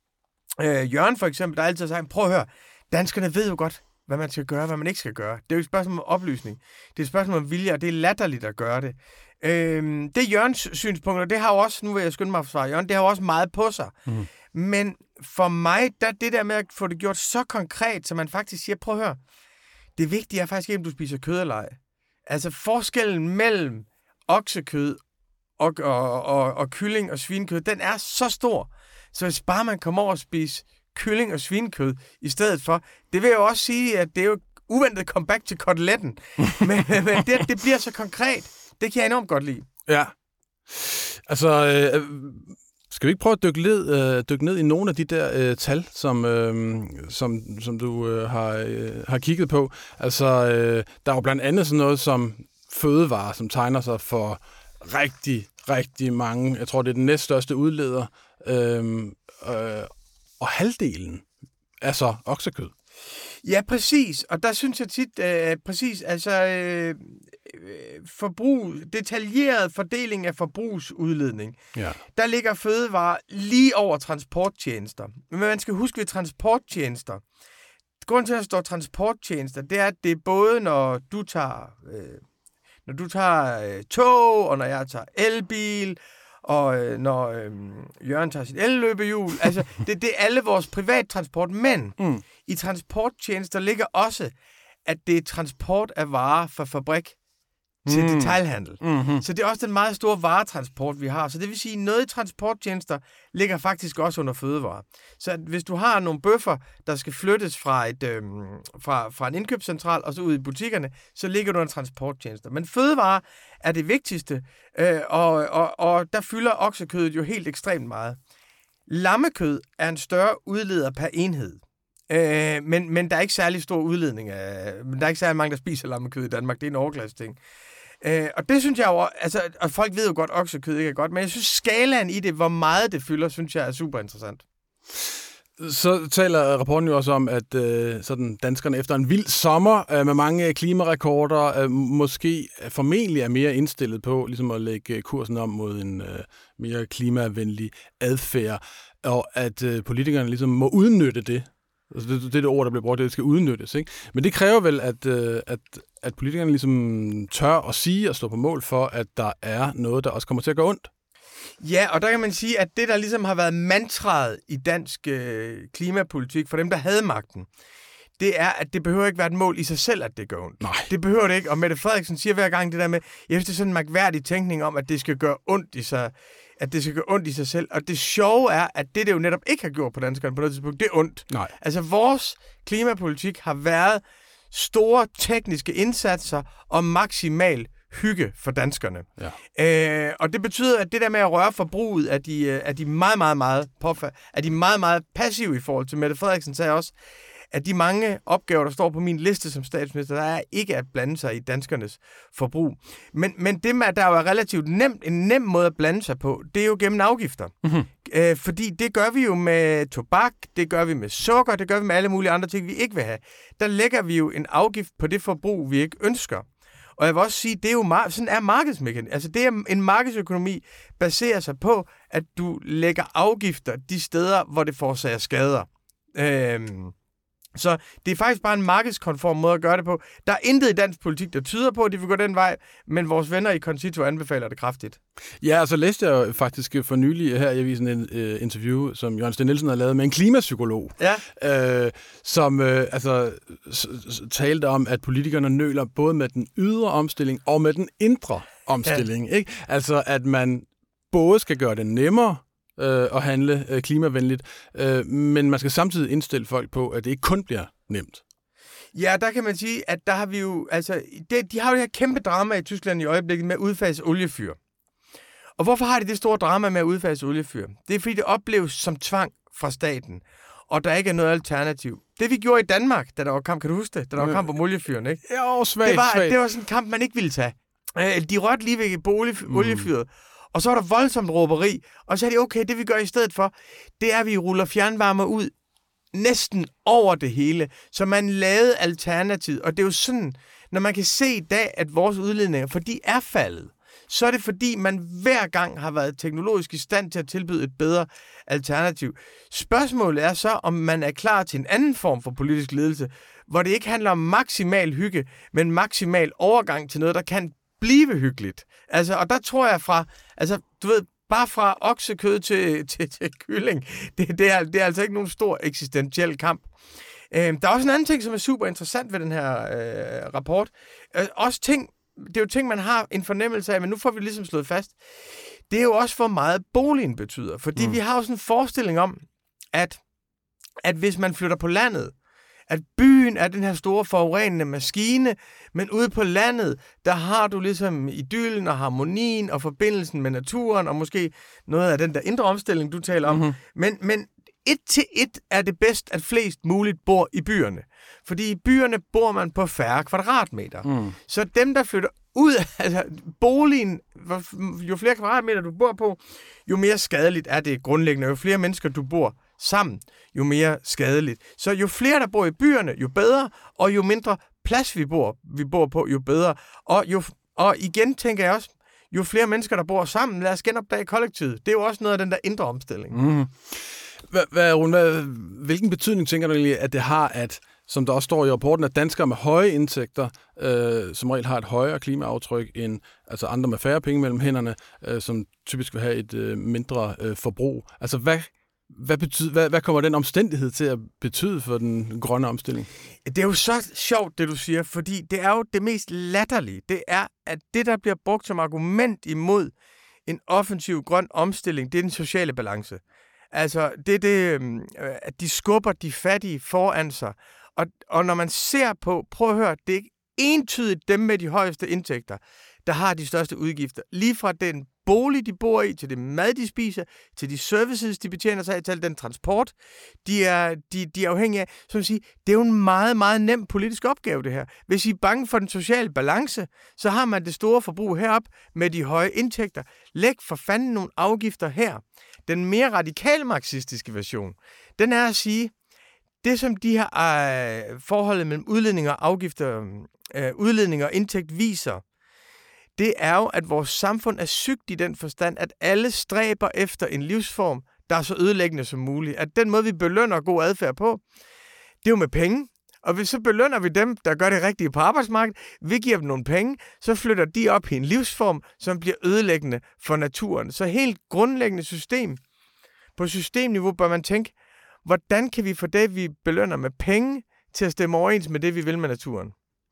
øh, Jørgen for eksempel, der altid sagt, prøv at høre, danskerne ved jo godt, hvad man skal gøre, hvad man ikke skal gøre. Det er jo et spørgsmål om oplysning. Det er et spørgsmål om vilje, og det er latterligt at gøre det. Øhm, det er Jørgens synspunkter, det har jo også, nu vil jeg skynde mig at forsvare Jørgen, det har jo også meget på sig. Mm. Men for mig, der det der med at få det gjort så konkret, så man faktisk siger, prøv at høre, det vigtige er faktisk ikke, om du spiser kød eller ej. Altså forskellen mellem oksekød og, og, og, og kylling og svinekød, den er så stor. Så hvis bare man kommer over og spise kylling og svinekød i stedet for, det vil jo også sige, at det er jo uventet comeback til koteletten. men men det, det bliver så konkret. Det kan jeg enormt godt lide. Ja. Altså, øh, skal vi ikke prøve at dykke ned, øh, dykke ned i nogle af de der øh, tal, som, øh, som, som du øh, har, øh, har kigget på? Altså, øh, der er jo blandt andet sådan noget som fødevarer, som tegner sig for rigtig, rigtig mange. Jeg tror, det er den næststørste udleder. Øh, øh, og halvdelen er så oksekød. Ja, præcis. Og der synes jeg tit, øh, præcis, altså øh, forbrug, detaljeret fordeling af forbrugsudledning. Ja. Der ligger fødevarer lige over transporttjenester. Men man skal huske ved transporttjenester. Grunden til, at der står transporttjenester, det er, at det er både, når du tager, øh, når du tager øh, tog, og når jeg tager elbil, og øh, når øh, Jørgen tager sit elløbehjul. Altså, det, det er alle vores privattransport. Men mm. i transporttjenester ligger også, at det er transport af varer fra fabrik til mm. detailhandel. Mm-hmm. Så det er også den meget store varetransport, vi har. Så det vil sige, at noget i transporttjenester ligger faktisk også under fødevarer. Så at hvis du har nogle bøffer, der skal flyttes fra, et, øh, fra, fra en indkøbscentral og så ud i butikkerne, så ligger du under transporttjenester. Men fødevarer er det vigtigste, øh, og, og, og der fylder oksekødet jo helt ekstremt meget. Lammekød er en større udleder per enhed. Øh, men, men der er ikke særlig stor udledning af... Men der er ikke særlig mange, der spiser lammekød i Danmark. Det er en overklasse ting. Øh, og det synes jeg jo... Altså, og folk ved jo godt, at oksekød ikke er godt, men jeg synes, skalaen i det, hvor meget det fylder, synes jeg er super interessant. Så taler rapporten jo også om, at øh, sådan danskerne efter en vild sommer øh, med mange klimarekorder øh, måske formentlig er mere indstillet på ligesom at lægge kursen om mod en øh, mere klimavenlig adfærd, og at øh, politikerne ligesom må udnytte det. Altså det, det er det ord, der bliver brugt, det skal udnyttes, ikke? Men det kræver vel, at, øh, at, at politikerne ligesom tør at sige og stå på mål for, at der er noget, der også kommer til at gå ondt. Ja, og der kan man sige, at det, der ligesom har været mantraet i dansk øh, klimapolitik for dem, der havde magten, det er, at det behøver ikke være et mål i sig selv, at det gør ondt. Nej. Det behøver det ikke, og Mette Frederiksen siger hver gang det der med, jeg synes, det er sådan en mærkværdig tænkning om, at det skal gøre ondt i sig, at det skal gøre ondt i sig selv. Og det sjove er, at det, det jo netop ikke har gjort på danskerne på noget tidspunkt, det er ondt. Nej. Altså, vores klimapolitik har været store tekniske indsatser og maksimal hygge for danskerne. Ja. Øh, og det betyder, at det der med at røre forbruget, er de, er de meget, meget, meget påfald, er de meget, meget passive i forhold til. Mette Frederiksen sagde også, at de mange opgaver, der står på min liste som statsminister, der er ikke at blande sig i danskernes forbrug. Men, men det med, at der jo er relativt nemt, en nem måde at blande sig på, det er jo gennem afgifter. Mm-hmm. Øh, fordi det gør vi jo med tobak, det gør vi med sukker, det gør vi med alle mulige andre ting, vi ikke vil have. Der lægger vi jo en afgift på det forbrug, vi ikke ønsker. Og jeg vil også sige, det er jo mar- sådan er markedsmekanismen. Altså det er en markedsøkonomi baserer sig på, at du lægger afgifter de steder, hvor det forårsager skader. Øhm, så det er faktisk bare en markedskonform måde at gøre det på. Der er intet i dansk politik, der tyder på, at de vil gå den vej, men vores venner i Concito anbefaler det kraftigt. Ja, altså læste jeg jo faktisk for nylig her i avisen en uh, interview, som Jørgen Steen Nielsen har lavet med en klimapsykolog, ja. øh, som øh, altså, s- s- talte om, at politikerne nøler både med den ydre omstilling og med den indre omstilling. Ja. Ikke? Altså, at man både skal gøre det nemmere øh, at handle øh, klimavenligt, øh, men man skal samtidig indstille folk på, at det ikke kun bliver nemt. Ja, der kan man sige, at der har vi jo, altså, det, de har jo det her kæmpe drama i Tyskland i øjeblikket med at udfase oliefyr. Og hvorfor har de det store drama med at udfase oliefyr? Det er, fordi det opleves som tvang fra staten, og der ikke er noget alternativ. Det vi gjorde i Danmark, da der var kamp, kan du huske det? Da der var kamp om oliefyren, ikke? Jo, svagt, det var, svagt. det var sådan en kamp, man ikke ville tage. De rørte lige ved oliefyret, Og så var der voldsomt råberi, og så er det okay, det vi gør i stedet for, det er, at vi ruller fjernvarme ud næsten over det hele, så man lavede alternativ. Og det er jo sådan, når man kan se i dag, at vores udledninger, for de er faldet, så er det fordi, man hver gang har været teknologisk i stand til at tilbyde et bedre alternativ. Spørgsmålet er så, om man er klar til en anden form for politisk ledelse, hvor det ikke handler om maksimal hygge, men maksimal overgang til noget, der kan blive hyggeligt. Altså, og der tror jeg fra, altså, du ved, bare fra oksekød til, til, til kylling, det, det, er, det er altså ikke nogen stor eksistentiel kamp. Øh, der er også en anden ting, som er super interessant ved den her øh, rapport. Øh, også ting, det er jo ting, man har en fornemmelse af, men nu får vi ligesom slået fast. Det er jo også, hvor meget boligen betyder. Fordi mm. vi har jo sådan en forestilling om, at, at hvis man flytter på landet, at byen er den her store forurenende maskine, men ude på landet, der har du ligesom idyllen og harmonien og forbindelsen med naturen, og måske noget af den der indre omstilling, du taler om. Mm-hmm. Men, men et til et er det bedst, at flest muligt bor i byerne. Fordi i byerne bor man på færre kvadratmeter. Mm. Så dem, der flytter ud, altså boligen, jo flere kvadratmeter du bor på, jo mere skadeligt er det grundlæggende. Jo flere mennesker du bor sammen, jo mere skadeligt. Så jo flere, der bor i byerne, jo bedre, og jo mindre plads vi bor, vi bor på, jo bedre. Og, jo, og igen tænker jeg også, jo flere mennesker, der bor sammen, lad os genopdage kollektivet. Det er jo også noget af den der indre omstilling. Mm. Hvad, hvad, Rune, hvilken betydning tænker du egentlig, at det har, at, som der også står i rapporten, at danskere med høje indtægter øh, som regel har et højere klimaaftryk end altså andre med færre penge mellem hænderne, øh, som typisk vil have et øh, mindre øh, forbrug? Altså, hvad Hvad, betyder, hvad, hvad kommer den omstændighed til at betyde for den grønne omstilling? Det er jo så sjovt, det du siger, fordi det er jo det mest latterlige. Det er, at det, der bliver brugt som argument imod en offensiv grøn omstilling, det er den sociale balance. Altså, det er det, at de skubber de fattige foran sig. Og, og når man ser på, prøv at høre, det er ikke entydigt dem med de højeste indtægter, der har de største udgifter. Lige fra den bolig, de bor i, til det mad, de spiser, til de services, de betjener sig af, til den transport, de er, de, de er afhængige af. Så vil sige, det er jo en meget, meget nem politisk opgave, det her. Hvis I er bange for den sociale balance, så har man det store forbrug herop med de høje indtægter. Læg for fanden nogle afgifter her. Den mere radikale marxistiske version, den er at sige, det som de her øh, forholdet mellem udledninger og afgifter, øh, udledninger og indtægt viser, det er jo, at vores samfund er sygt i den forstand, at alle stræber efter en livsform, der er så ødelæggende som muligt. At den måde, vi belønner god adfærd på, det er jo med penge. Og hvis så belønner vi dem, der gør det rigtige på arbejdsmarkedet, vi giver dem nogle penge, så flytter de op i en livsform, som bliver ødelæggende for naturen. Så helt grundlæggende system. På systemniveau bør man tænke, hvordan kan vi få det, vi belønner med penge, til at stemme overens med det, vi vil med naturen?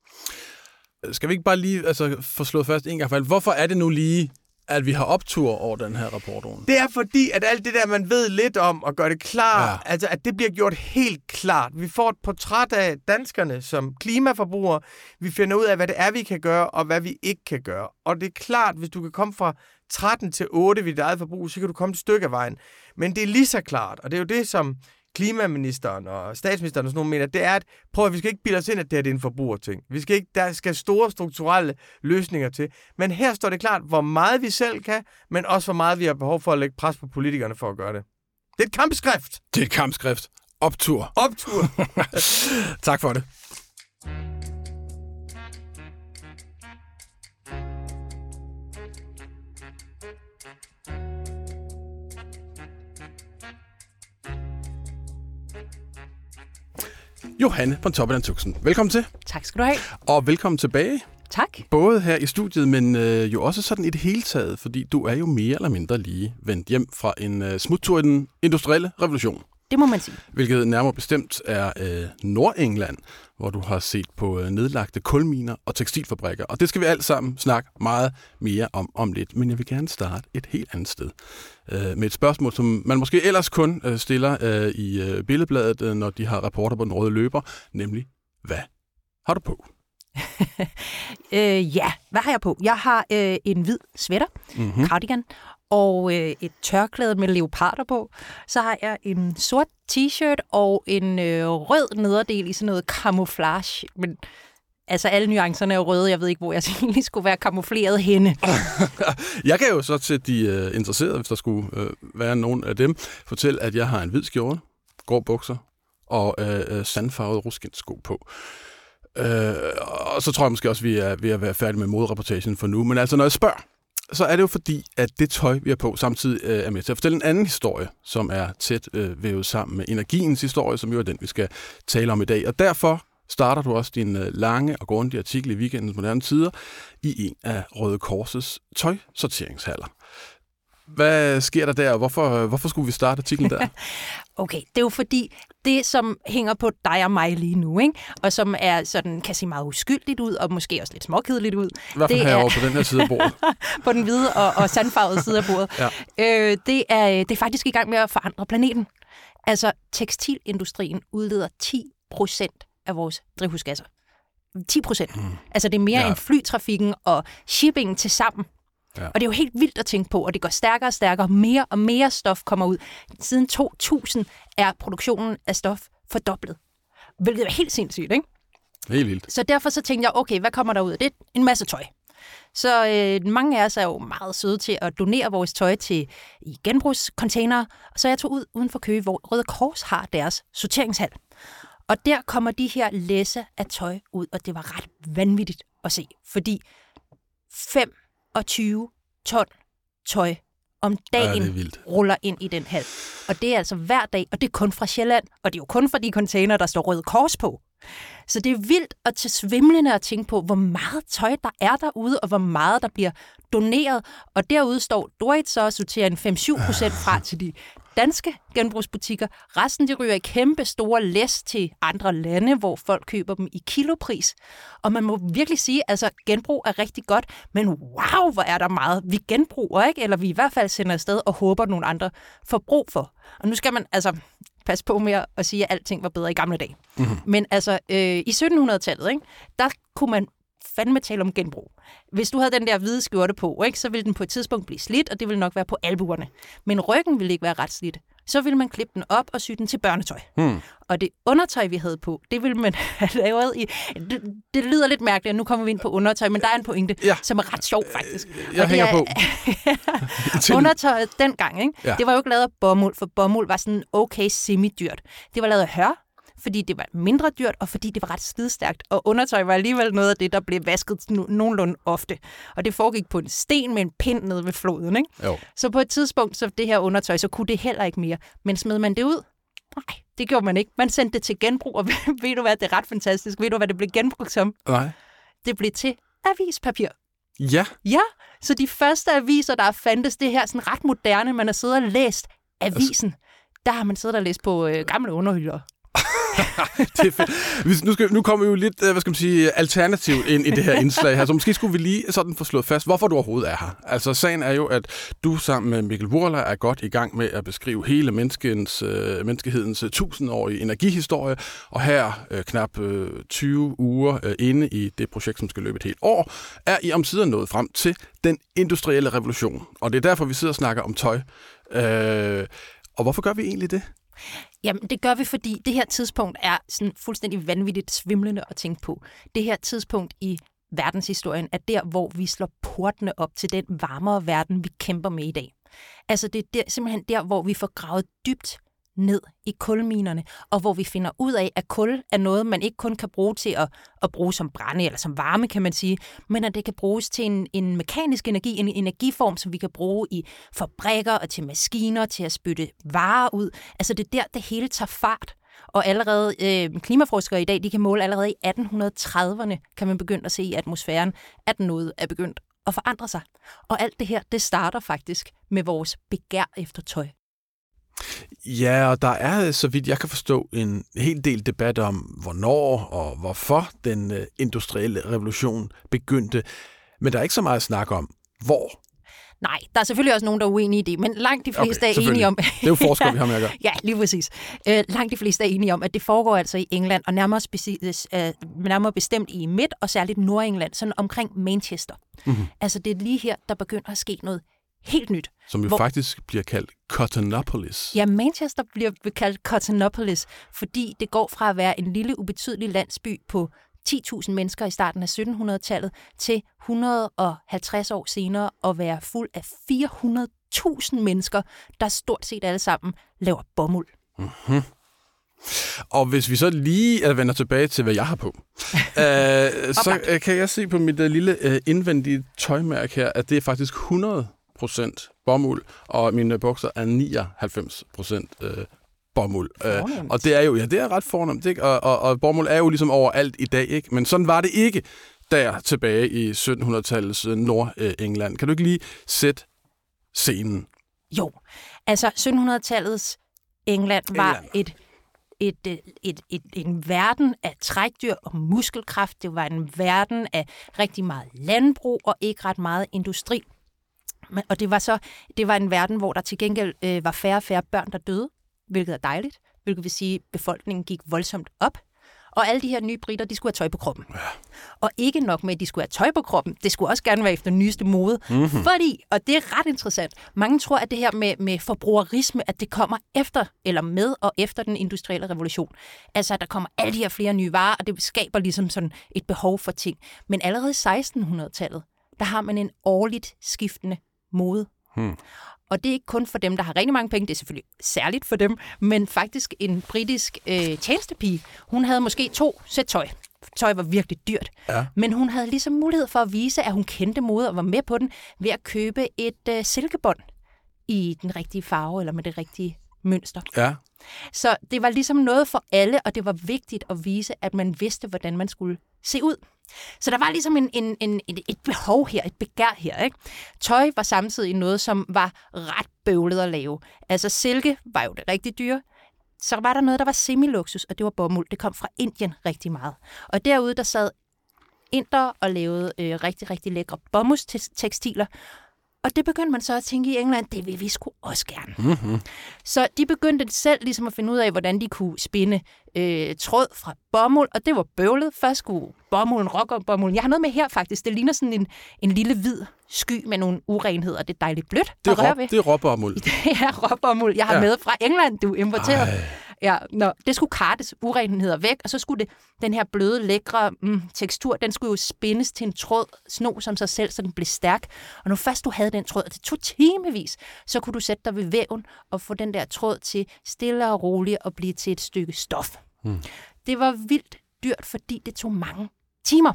Skal vi ikke bare lige altså, få slået fast en gang for alt? Hvorfor er det nu lige, at vi har optur over den her rapport? Det er fordi, at alt det der, man ved lidt om og gør det klart, ja. altså at det bliver gjort helt klart. Vi får et portræt af danskerne som klimaforbrugere. Vi finder ud af, hvad det er, vi kan gøre, og hvad vi ikke kan gøre. Og det er klart, hvis du kan komme fra tretten til otte ved dit eget forbrug, så kan du komme et stykke af vejen. Men det er lige så klart, og det er jo det, som klimaministeren og statsministeren og sådan nogle mener, det er, at prøv at vi skal ikke bilde os ind, at det, her, det er en forbrugerting. Vi skal ikke, der skal store strukturelle løsninger til. Men her står det klart, hvor meget vi selv kan, men også hvor meget vi har behov for at lægge pres på politikerne for at gøre det. Det er et kampskrift. Det er et kampskrift. Optur. Optur. Tak for det. Johanne Pontoppidan-Tuxen. Velkommen til. Tak skal du have. Og velkommen tilbage. Tak. Både her i studiet, men øh, jo også sådan i det hele taget, fordi du er jo mere eller mindre lige vendt hjem fra en øh, smuttur i den industrielle revolution. Det må man sige. Hvilket nærmere bestemt er øh, Nordengland, hvor du har set på øh, nedlagte kulminer og tekstilfabrikker. Og det skal vi alt sammen snakke meget mere om om lidt. Men jeg vil gerne starte et helt andet sted. Øh, med et spørgsmål, som man måske ellers kun øh, stiller øh, i øh, Billedbladet, øh, når de har rapporter på den røde løber. Nemlig, hvad har du på? øh, ja, hvad har jeg på? Jeg har øh, en hvid sweater, mm-hmm. cardigan, og øh, et tørklæde med leoparder på. Så har jeg en sort t-shirt og en øh, rød nederdel i sådan noget camouflage. Men altså alle nuancerne er røde. Jeg ved ikke, hvor jeg egentlig skulle være kamufleret henne. Jeg kan jo så til de uh, interesserede, hvis der skulle uh, være nogen af dem, fortælle, at jeg har en hvid skjorte, grå bukser og uh, sandfarvet ruskinsko på. Uh, og så tror jeg måske også, at vi er ved at være færdige med modereportagen for nu. Men altså, når jeg spørger, så er det jo fordi, at det tøj, vi har på, samtidig øh, er med til at fortælle en anden historie, som er tæt øh, vævet sammen med energiens historie, som jo er den, vi skal tale om i dag. Og derfor starter du også din øh, lange og grundige artikel i Weekendens Moderne Tider i en af Røde Korsets tøjsorteringshaller. Hvad sker der der, og hvorfor, hvorfor skulle vi starte artiklen der? Okay, det er jo fordi, det som hænger på dig og mig lige nu, ikke? Og som er sådan, kan se meget uskyldigt ud, og måske også lidt småkedeligt ud. I hvert fald det herovre er... på den her side af bordet. På den hvide og, og sandfarvede side af bordet. Ja. Øh, det, er, det er faktisk i gang med at forandre planeten. Altså, tekstilindustrien udleder ti procent af vores drivhusgasser. ti procent. Mm. Altså, det er mere ja. end flytrafikken og shippingen til sammen. Ja. Og det er jo helt vildt at tænke på, og det går stærkere og stærkere. Mere og mere stof kommer ud. Siden to tusind er produktionen af stof fordoblet. Hvilket er helt sindssygt, ikke? Helt vildt. Så derfor så tænkte jeg, okay, hvad kommer der ud af det? En masse tøj. Så øh, mange af os er jo meget søde til at donere vores tøj til i genbrugscontainere. Så jeg tog ud uden for Køge, hvor Røde Kors har deres sorteringshal. Og der kommer de her læsser af tøj ud, og det var ret vanvittigt at se. Fordi femogtyve ton tøj om dagen ja, ruller ind i den hal. Og det er altså hver dag, og det er kun fra Sjælland, og det er jo kun fra de container, der står Røde Kors på. Så det er vildt at til svimlende at tænke på, hvor meget tøj der er derude, og hvor meget der bliver doneret. Og derude står Dorit så og sorterer en fem til syv procent fra til de danske genbrugsbutikker. Resten de ryger i kæmpe store læs til andre lande, hvor folk køber dem i kilopris. Og man må virkelig sige, at altså, genbrug er rigtig godt, men wow, hvor er der meget, vi genbruger, ikke? Eller vi i hvert fald sender afsted og håber, at nogle andre får brug for. Og nu skal man altså passe på med at sige, at alting var bedre i gamle dage. Mm-hmm. Men altså, øh, i sytten hundrede-tallet, ikke, der kunne man fandme tale om genbrug. Hvis du havde den der hvide skjorte på, ikke, så ville den på et tidspunkt blive slidt, og det ville nok være på albuerne. Men ryggen ville ikke være ret slidt. Så ville man klippe den op og sy den til børnetøj. Hmm. Og det undertøj, vi havde på, det ville man have lavet i... Det, det lyder lidt mærkeligt, at nu kommer vi ind på undertøj, men der er en pointe, ja. som er ret sjov, faktisk. Jeg og hænger er, på. Undertøjet dengang, ikke? Ja. Det var jo ikke lavet af bomuld, for bomuld var sådan okay semi-dyrt. Det var lavet af hør, fordi det var mindre dyrt, og fordi det var ret slidstærkt. Og undertøj var alligevel noget af det, der blev vasket no- nogenlunde ofte. Og det foregik på en sten med en pind nede ved floden, ikke? Jo. Så på et tidspunkt, så det her undertøj, så kunne det heller ikke mere. Men smed man det ud? Nej, det gjorde man ikke. Man sendte det til genbrug, og ved du hvad, det er ret fantastisk. Ved du, hvad det blev genbrugt som? Nej. Det blev til avispapir. Ja. Ja, så de første aviser, der fandtes det her sådan ret moderne, man har siddet og læst avisen. Altså... Der har man siddet og læst på øh, gamle underhylder. Det er fedt. Nu, skal, nu kommer vi jo lidt, hvad skal man sige, alternativt ind i det her indslag her, så måske skulle vi lige sådan få slået fast, hvorfor du overhovedet er her. Altså, sagen er jo, at du sammen med Mikkel Wurler er godt i gang med at beskrive hele menneskens, øh, menneskehedens tusindårige energihistorie, og her, øh, knap øh, tyve uger øh, inde i det projekt, som skal løbe et helt år, er I omsider nået frem til den industrielle revolution. Og det er derfor, vi sidder og snakker om tøj. Øh, og hvorfor gør vi egentlig det? Jamen, det gør vi, fordi det her tidspunkt er sådan fuldstændig vanvittigt svimlende at tænke på. Det her tidspunkt i verdenshistorien er der, hvor vi slår portene op til den varmere verden, vi kæmper med i dag. Altså, det er der, simpelthen der, hvor vi får gravet dybt ned i kulminerne, og hvor vi finder ud af, at kul er noget, man ikke kun kan bruge til at, at bruge som brænde eller som varme, kan man sige, men at det kan bruges til en, en mekanisk energi, en energiform, som vi kan bruge i fabrikker og til maskiner, til at spytte varer ud. Altså det er der, det hele tager fart. Og allerede øh, klimaforskere i dag, de kan måle allerede i atten trediverne, kan man begynde at se i atmosfæren, at noget er begyndt at forandre sig. Og alt det her, det starter faktisk med vores begær efter tøj. Ja, og der er, så vidt jeg kan forstå, en hel del debat om, hvornår og hvorfor den uh, industrielle revolution begyndte. Men der er ikke så meget snak om, hvor. Nej, der er selvfølgelig også nogen, der er uenige i det, men langt de fleste okay, er enige om... Det er jo forskere, vi har med at gøre. Ja, lige præcis. Øh, langt de fleste er enige om, at det foregår altså i England, og nærmere, speci- øh, nærmere bestemt i Midt- og særligt Nordengland, sådan omkring Manchester. Mm-hmm. Altså, det er lige her, der begynder at ske noget helt nyt. Som jo hvor... faktisk bliver kaldt Cottonopolis. Ja, Manchester bliver kaldt Cottonopolis, fordi det går fra at være en lille, ubetydelig landsby på ti tusind mennesker i starten af sytten hundrede-tallet til et hundrede og halvtreds år senere at være fuld af fire hundrede tusind mennesker, der stort set alle sammen laver bomuld. Mm-hmm. Og hvis vi så lige vender tilbage til, hvad jeg har på, øh, så øh, kan jeg se på mit øh, lille øh, indvendige tøjmærke her, at det er faktisk hundrede procent bomuld, og mine bukser er nioghalvfems procent øh, bomuld. Øh, og det er jo, ja, det er ret fornemt, ikke? Og, og, og bomuld er jo ligesom overalt i dag, ikke? Men sådan var det ikke der tilbage i sytten hundrede-tallets øh, Nord-England. Kan du ikke lige sætte scenen? Jo, altså sytten hundrede-tallets England var England. et Et, et, et, et, en verden af trækdyr og muskelkraft. Det var en verden af rigtig meget landbrug og ikke ret meget industri. Men, og det var så det var en verden, hvor der til gengæld øh, var færre og færre børn, der døde, hvilket er dejligt, hvilket vil sige, at befolkningen gik voldsomt op. Og alle de her nye briter, de skulle have tøj på kroppen. Ja. Og ikke nok med, at de skulle have tøj på kroppen, det skulle også gerne være efter nyeste mode. Mm-hmm. Fordi, og det er ret interessant, mange tror, at det her med, med forbrugerisme, at det kommer efter, eller med og efter den industrielle revolution. Altså, at der kommer alle de her flere nye varer, og det skaber ligesom sådan et behov for ting. Men allerede i seksten hundrede-tallet, der har man en årligt skiftende mode. Hmm. Og det er ikke kun for dem, der har rigtig mange penge, det er selvfølgelig særligt for dem, men faktisk en britisk øh, tjenestepige, hun havde måske to sæt tøj. Tøj var virkelig dyrt, ja. Men hun havde ligesom mulighed for at vise, at hun kendte mode og var med på den ved at købe et øh, silkebånd i den rigtige farve eller med det rigtige mønster. Ja. Så det var ligesom noget for alle, og det var vigtigt at vise, at man vidste, hvordan man skulle se ud. Så der var ligesom en, en, en, et behov her, et begær her, ikke? Tøj var samtidig noget, som var ret bøvlet at lave. Altså silke var jo det rigtig dyre. Så var der noget, der var semiluksus, og det var bomuld. Det kom fra Indien rigtig meget. Og derude, der sad inder og lavede øh, rigtig, rigtig lækre bomuldstekstiler. Og det begyndte man så at tænke i England, det vil vi sgu også gerne. Mm-hmm. Så de begyndte selv ligesom at finde ud af, hvordan de kunne spinde øh, tråd fra bomuld, og det var bøvlet. Først skulle bomulden rokke om bomulden. Jeg har noget med her faktisk. Det ligner sådan en, en lille hvid sky med nogle urenheder. Det er dejligt blødt. Det er, råb, det er råbomuld. Det er råbomuld. Jeg har ja. med fra England, du importeret. Ej. Ja, nå, det skulle kartes urenheder væk, og så skulle det, den her bløde, lækre mm, tekstur, den skulle jo spindes til en tråd, sno som sig selv, så den blev stærk. Og når først du havde den tråd, og det tog timevis, så kunne du sætte dig ved væven og få den der tråd til stille og roligt at blive til et stykke stof. Hmm. Det var vildt dyrt, fordi det tog mange timer.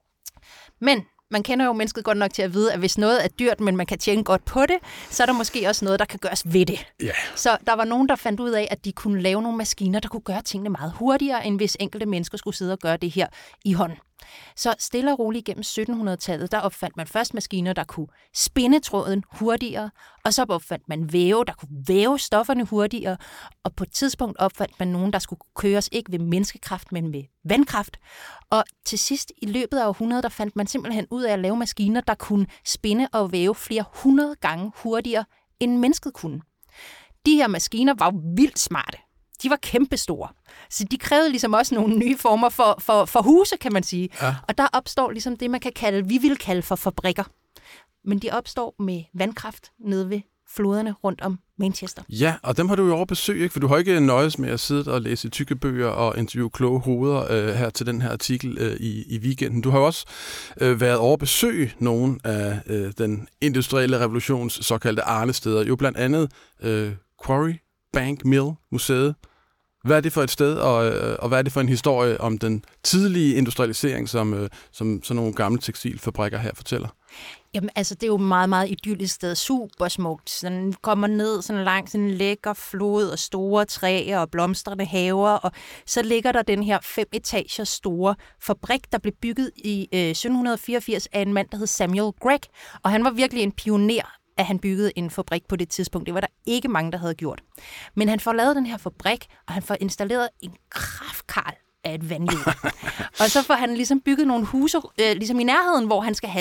Men man kender jo mennesket godt nok til at vide, at hvis noget er dyrt, men man kan tjene godt på det, så er der måske også noget, der kan gøres ved det. Yeah. Så der var nogen, der fandt ud af, at de kunne lave nogle maskiner, der kunne gøre tingene meget hurtigere, end hvis enkelte mennesker skulle sidde og gøre det her i hånden. Så stille og roligt gennem sytten hundrede-tallet, der opfandt man først maskiner, der kunne spinde tråden hurtigere, og så opfandt man væve, der kunne væve stofferne hurtigere, og på et tidspunkt opfandt man nogen, der skulle køres ikke ved menneskekraft, men med vandkraft. Og til sidst i løbet af århundredet, der fandt man simpelthen ud af at lave maskiner, der kunne spinde og væve flere hundrede gange hurtigere, end mennesket kunne. De her maskiner var vildt smarte. De var kæmpestore. Så de krævede ligesom også nogle nye former for, for, for huse, kan man sige. Ja. Og der opstår ligesom det, man kan kalde, vi vil kalde for fabrikker. Men de opstår med vandkraft nede ved floderne rundt om Manchester. Ja, og dem har du jo over besøg, ikke? For du har ikke nøjes med at sidde og læse tykke bøger og interviewe kloge hoveder øh, her til den her artikel øh, i, i weekenden. Du har jo også øh, været over besøg nogle af øh, den industrielle revolutions såkaldte arnesteder. Jo blandt andet øh, Quarry Bank Mill Museet. Hvad er det for et sted, og, og hvad er det for en historie om den tidlige industrialisering, som, som sådan nogle gamle tekstilfabrikker her fortæller? Jamen, altså, det er jo et meget, meget idyllisk sted. Super smukt. Sådan kommer ned sådan langs en lækker flod og store træer og blomstrende haver, og så ligger der den her fem etager store fabrik, der blev bygget i øh, sytten fireogfirs af en mand, der hed Samuel Gregg, og han var virkelig en pioner, at han byggede en fabrik på det tidspunkt. Det var der ikke mange, der havde gjort. Men han får lavet den her fabrik, og han får installeret en kraftkarl af et vandhjul. Og så får han ligesom bygget nogle huse øh, ligesom i nærheden, hvor han skal have sin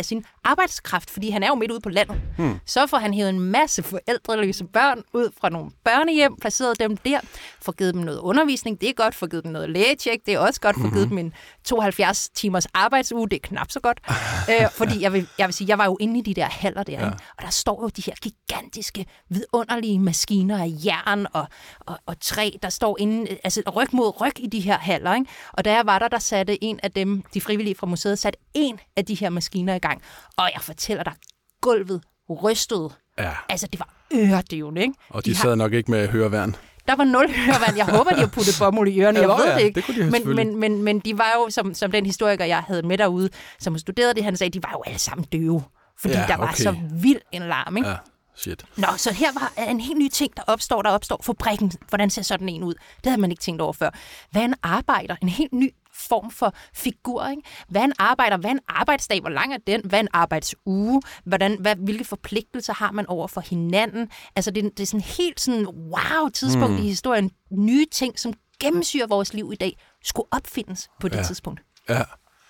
arbejdskraft, fordi han er jo midt ude på landet. Hmm. Så får han hævet en masse forældreløse børn ud fra nogle børnehjem, placeret dem der, får givet dem noget undervisning, det er godt, får givet dem noget lægetjek, det er også godt, får mm-hmm. givet dem en tooghalvfjerds timers arbejdsuge, det er knap så godt. øh, fordi jeg vil, jeg vil sige, jeg var jo inde i de der haller der, ja. Og der står jo de her gigantiske, vidunderlige maskiner af jern og, og, og træ, der står inde, altså ryg mod ryg i de her haller, ikke? Og da jeg var der, der satte en af dem, de frivillige fra museet, satte en af de her maskiner i gang. Og jeg fortæller dig, gulvet rystede. Ja. Altså, det var øredøvende, ikke? Og de, de sad har... nok ikke med høreværn. Der var nul høreværn. Jeg håber, de har puttet bomuld i ørerne. Jeg ved ja, det ikke. Det kunne de men, men, men, men de var jo, som, som den historiker, jeg havde med derude, som studerede det, han sagde, de var jo alle sammen døve. Fordi ja, der var okay. så vild en larm, ikke? Ja, shit. Nå, så her var en helt ny ting, der opstår. Der opstår fabrikken. Hvordan ser sådan en ud? Det havde man ikke tænkt over før. Hvad en arbejder? En helt ny form for figur, ikke? Hvad en arbejder? Hvad en arbejdsdag? Hvor lang er den? Hvad en arbejdsuge? Hvordan, hvad, hvilke forpligtelser har man over for hinanden? Altså, det, det er sådan helt sådan wow tidspunkt mm. i historien. Nye ting, som gennemsyrer vores liv i dag, skulle opfindes på det ja. tidspunkt. Ja.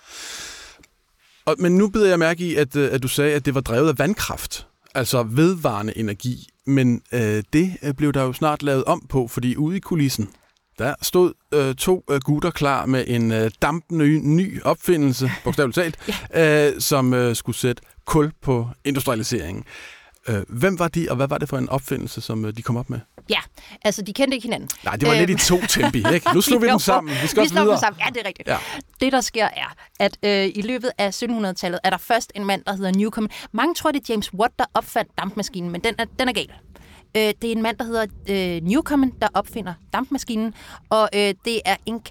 Og, men nu beder jeg mærke i, at, at du sagde, at det var drevet af vandkraft. Altså vedvarende energi. Men øh, det blev der jo snart lavet om på, fordi ude i kulissen, der stod øh, to øh, gutter klar med en øh, dampende ny, ny opfindelse, bogstaveligt talt, ja. øh, som øh, skulle sætte kul på industrialiseringen. Øh, hvem var de, og hvad var det for en opfindelse, som øh, de kom op med? Ja, altså de kendte ikke hinanden. Nej, det var æm... lidt i to tempi, ikke? Nu slår vi dem sammen. Vi skal vi også videre. Dem sammen. Ja, det er rigtigt. Ja. Det, der sker, er, at øh, i løbet af syttenhundredetallet er der først en mand, der hedder Newcomen. Mange tror, det er James Watt, der opfandt dampmaskinen, men den er, den er gal. Øh, det er en mand, der hedder øh, Newcomen, der opfinder dampmaskinen, og øh, det er en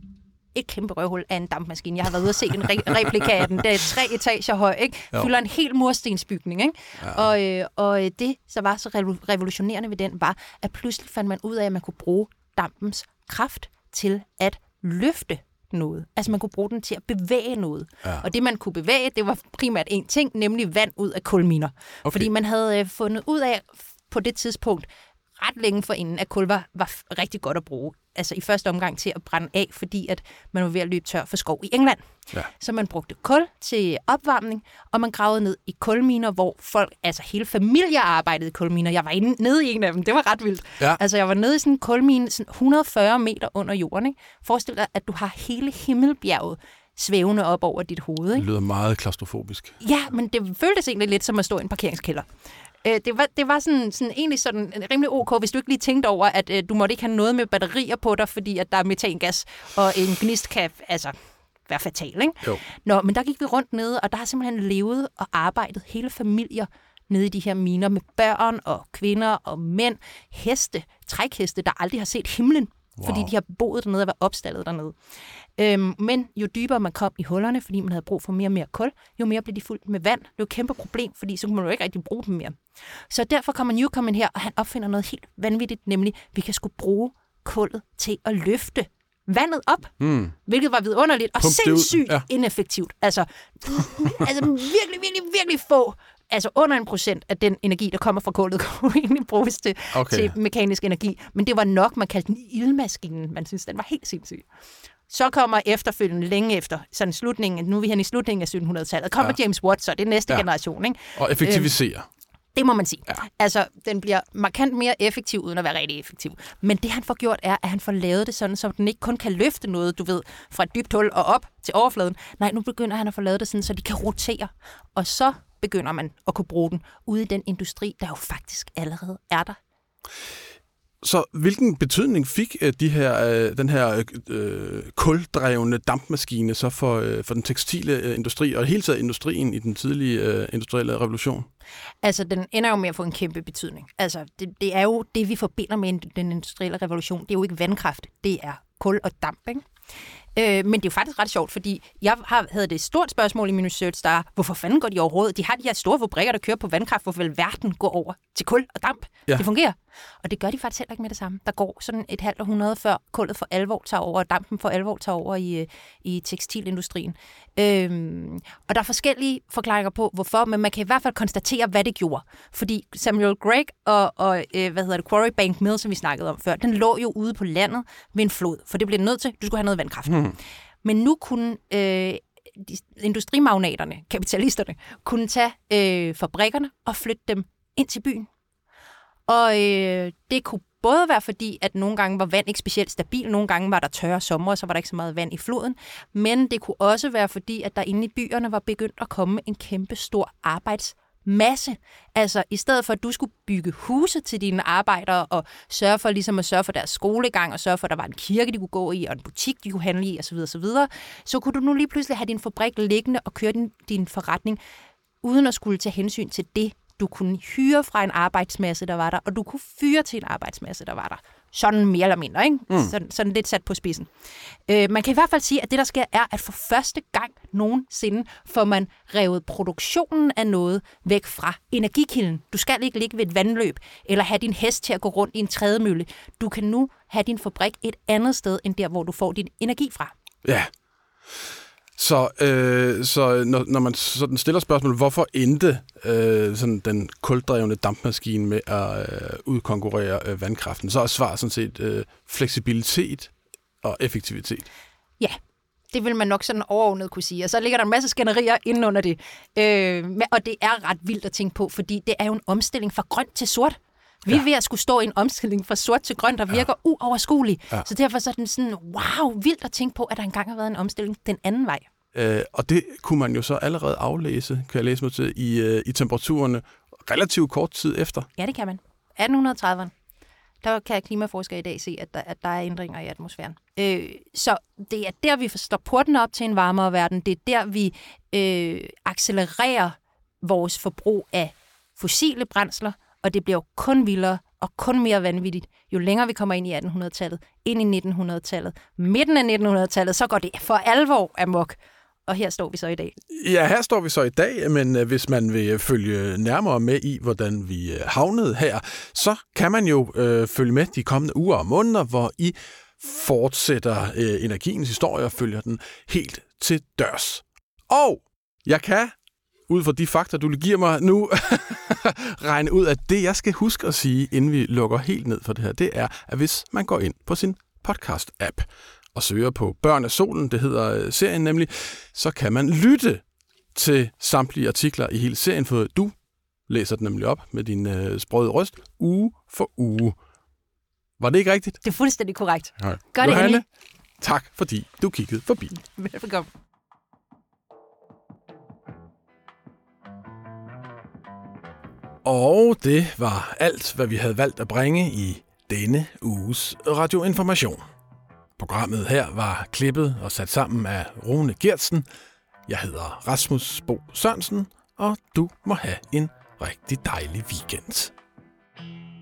et kæmpe røvhul af en dampmaskine. Jeg har været ude og se en re- replika af den. Det er tre etager høj, ikke? Fylder en hel murstensbygning, ikke? Ja. Og, øh, og det, så var så revolutionerende ved den, var, at pludselig fandt man ud af, at man kunne bruge dampens kraft til at løfte noget. Altså man kunne bruge den til at bevæge noget. Ja. Og det man kunne bevæge, det var primært én ting, nemlig vand ud af kulminer. Okay. Fordi man havde øh, fundet ud af på det tidspunkt, ret længe forinden, at kul var, var rigtig godt at bruge. Altså i første omgang til at brænde af, fordi at man var ved at løbe tør for skov i England. Ja. Så man brugte kul til opvarmning, og man gravede ned i kulminer, hvor folk, altså hele familier arbejdede i kulminer. Jeg var inde, nede i en af dem, det var ret vildt. Ja. Altså jeg var nede i sådan en kulmine, sådan et hundrede og fyrre meter under jorden. Ikke? Forestil dig, at du har hele himmelbjerget svævende op over dit hoved. Ikke? Det lyder meget klaustrofobisk. Ja, men det føltes egentlig lidt som at stå i en parkeringskælder. Det var, det var sådan, sådan, egentlig sådan rimelig ok, hvis du ikke lige tænkte over, at øh, du måtte ikke have noget med batterier på dig, fordi at der er metangas, og en gnist kan altså være fatal, ikke? Jo. Nå, men der gik vi rundt nede, og der har simpelthen levet og arbejdet hele familier nede i de her miner med børn og kvinder og mænd, heste, trækheste, der aldrig har set himlen. Wow. Fordi de har boet dernede og været opstallet dernede. Øhm, men jo dybere man kom i hullerne, fordi man havde brug for mere og mere kul, jo mere blev de fuldt med vand. Det var et kæmpe problem, fordi så kunne man jo ikke rigtig bruge dem mere. Så derfor kommer Newcomen her, og han opfinder noget helt vanvittigt, nemlig, vi kan sgu bruge kullet til at løfte vandet op, mm. hvilket var vidunderligt og Pump sindssygt ja. ineffektivt. Altså, altså virkelig, virkelig, virkelig få, altså under en procent af den energi, der kommer fra kullet, kunne egentlig bruges til, okay. til mekanisk energi. Men det var nok, man kaldte den ildmaskinen. Man synes, den var helt sindssyg. Så kommer efterfølgende, længe efter, sådan slutningen, nu er vi hen i slutningen af syttenhundredetallet, kommer ja. James Watt, så det er næste ja. generation. Ikke? Og effektivisere. Øhm, Det må man sige. Ja. Altså, den bliver markant mere effektiv, uden at være rigtig effektiv. Men det, han får gjort, er, at han får lavet det sådan, så den ikke kun kan løfte noget, du ved, fra et dybt hul og op til overfladen. Nej, nu begynder han at få lavet det sådan, så de kan rotere. Og så begynder man at kunne bruge den ude i den industri, der jo faktisk allerede er der. Så hvilken betydning fik uh, de her, uh, den her uh, kuldrevne dampmaskine så for, uh, for den tekstile uh, industri, og hele taget industrien i den tidlige uh, industrielle revolution? Altså, den ender jo med at få en kæmpe betydning. Altså, det, det er jo det, vi forbinder med den industrielle revolution. Det er jo ikke vandkraft, det er kul og damp, ikke? Øh, men det er jo faktisk ret sjovt, fordi jeg har, havde det et stort spørgsmål i min research, der er, hvorfor fanden går de overhovedet? De har de her store fabrikker, der kører på vandkraft, hvorfor vil verden gå over til kul og damp? Ja. Det fungerer. Og det gør de faktisk heller ikke med det samme. Der går sådan et halvt århundrede før kullet for alvor tager over, og dampen for alvor tager over i, i tekstilindustrien. Øhm, og der er forskellige forklaringer på, hvorfor, men man kan i hvert fald konstatere, hvad det gjorde. Fordi Samuel Gregg og, og øh, hvad hedder det, Quarry Bank Mill, som vi snakkede om før, den lå jo ude på landet ved en flod, for det blev nødt til, du skulle have noget vandkraft. Hmm. Men nu kunne øh, de, industrimagnaterne, kapitalisterne, kunne tage øh, fabrikkerne og flytte dem ind til byen. Og øh, det kunne både være fordi, at nogle gange var vand ikke specielt stabil, nogle gange var der tørre sommer, så var der ikke så meget vand i floden, men det kunne også være fordi, at der inde i byerne var begyndt at komme en kæmpe stor arbejdsmasse. Altså i stedet for, at du skulle bygge huse til dine arbejdere og sørge for ligesom at sørge for deres skolegang og sørge for, at der var en kirke, de kunne gå i og en butik, de kunne handle i osv. osv., så kunne du nu lige pludselig have din fabrik liggende og køre din, din forretning uden at skulle tage hensyn til det. Du kunne hyre fra en arbejdsmasse, der var der, og du kunne fyre til en arbejdsmasse, der var der. Sådan mere eller mindre, ikke? Mm. Sådan, sådan lidt sat på spidsen. Øh, man kan i hvert fald sige, at det, der sker, er, at for første gang nogensinde får man revet produktionen af noget væk fra energikilden. Du skal ikke ligge ved et vandløb, eller have din hest til at gå rundt i en trædemølle. Du kan nu have din fabrik et andet sted, end der, hvor du får din energi fra. Ja. Så, øh, så når, når man sådan stiller spørgsmålet, hvorfor endte øh, sådan den kuldrevne dampmaskine med at øh, udkonkurrere øh, vandkraften, så er svaret sådan set øh, fleksibilitet og effektivitet. Ja, det vil man nok sådan overordnet kunne sige. Og så ligger der en masse skænderier inden under det. Øh, og det er ret vildt at tænke på, fordi det er jo en omstilling fra grønt til sort. Vi er ja. ved at skulle stå i en omstilling fra sort til grønt, der virker ja. uoverskuelig. Ja. Så derfor så er den sådan, wow, vildt at tænke på, at der engang har været en omstilling den anden vej. Øh, og det kunne man jo så allerede aflæse, kan jeg læse mig til, i, øh, i temperaturerne relativt kort tid efter. Ja, det kan man. atten trediverne. Der kan klimaforskere i dag se, at der, at der er ændringer i atmosfæren. Øh, så det er der, vi står porten op til en varmere verden. Det er der, vi øh, accelererer vores forbrug af fossile brændsler, og det bliver jo kun vildere og kun mere vanvittigt, jo længere vi kommer ind i attenhundredetallet, ind i nittenhundredetallet, midten af nittenhundredetallet, så går det for alvor amok. Og her står vi så i dag. Ja, her står vi så i dag, men øh, hvis man vil følge nærmere med i, hvordan vi øh, havnede her, så kan man jo øh, følge med de kommende uger og måneder, hvor I fortsætter øh, energiens historie og følger den helt til dørs. Og jeg kan, ud fra de fakta, du giver mig nu, regne ud, at det, jeg skal huske at sige, inden vi lukker helt ned for det her, det er, at hvis man går ind på sin podcast-app, og søger på Børn af Solen, det hedder serien nemlig, så kan man lytte til samtlige artikler i hele serien, for du læser den nemlig op med din øh, sprøde røst, uge for uge. Var det ikke rigtigt? Det er fuldstændig korrekt. Okay. Gør det Johanne, endelig. Tak fordi du kiggede forbi. Velkommen. Og det var alt, hvad vi havde valgt at bringe i denne uges radioinformation. Programmet her var klippet og sat sammen af Rune Gertsen. Jeg hedder Rasmus Bo Sørensen, og du må have en rigtig dejlig weekend.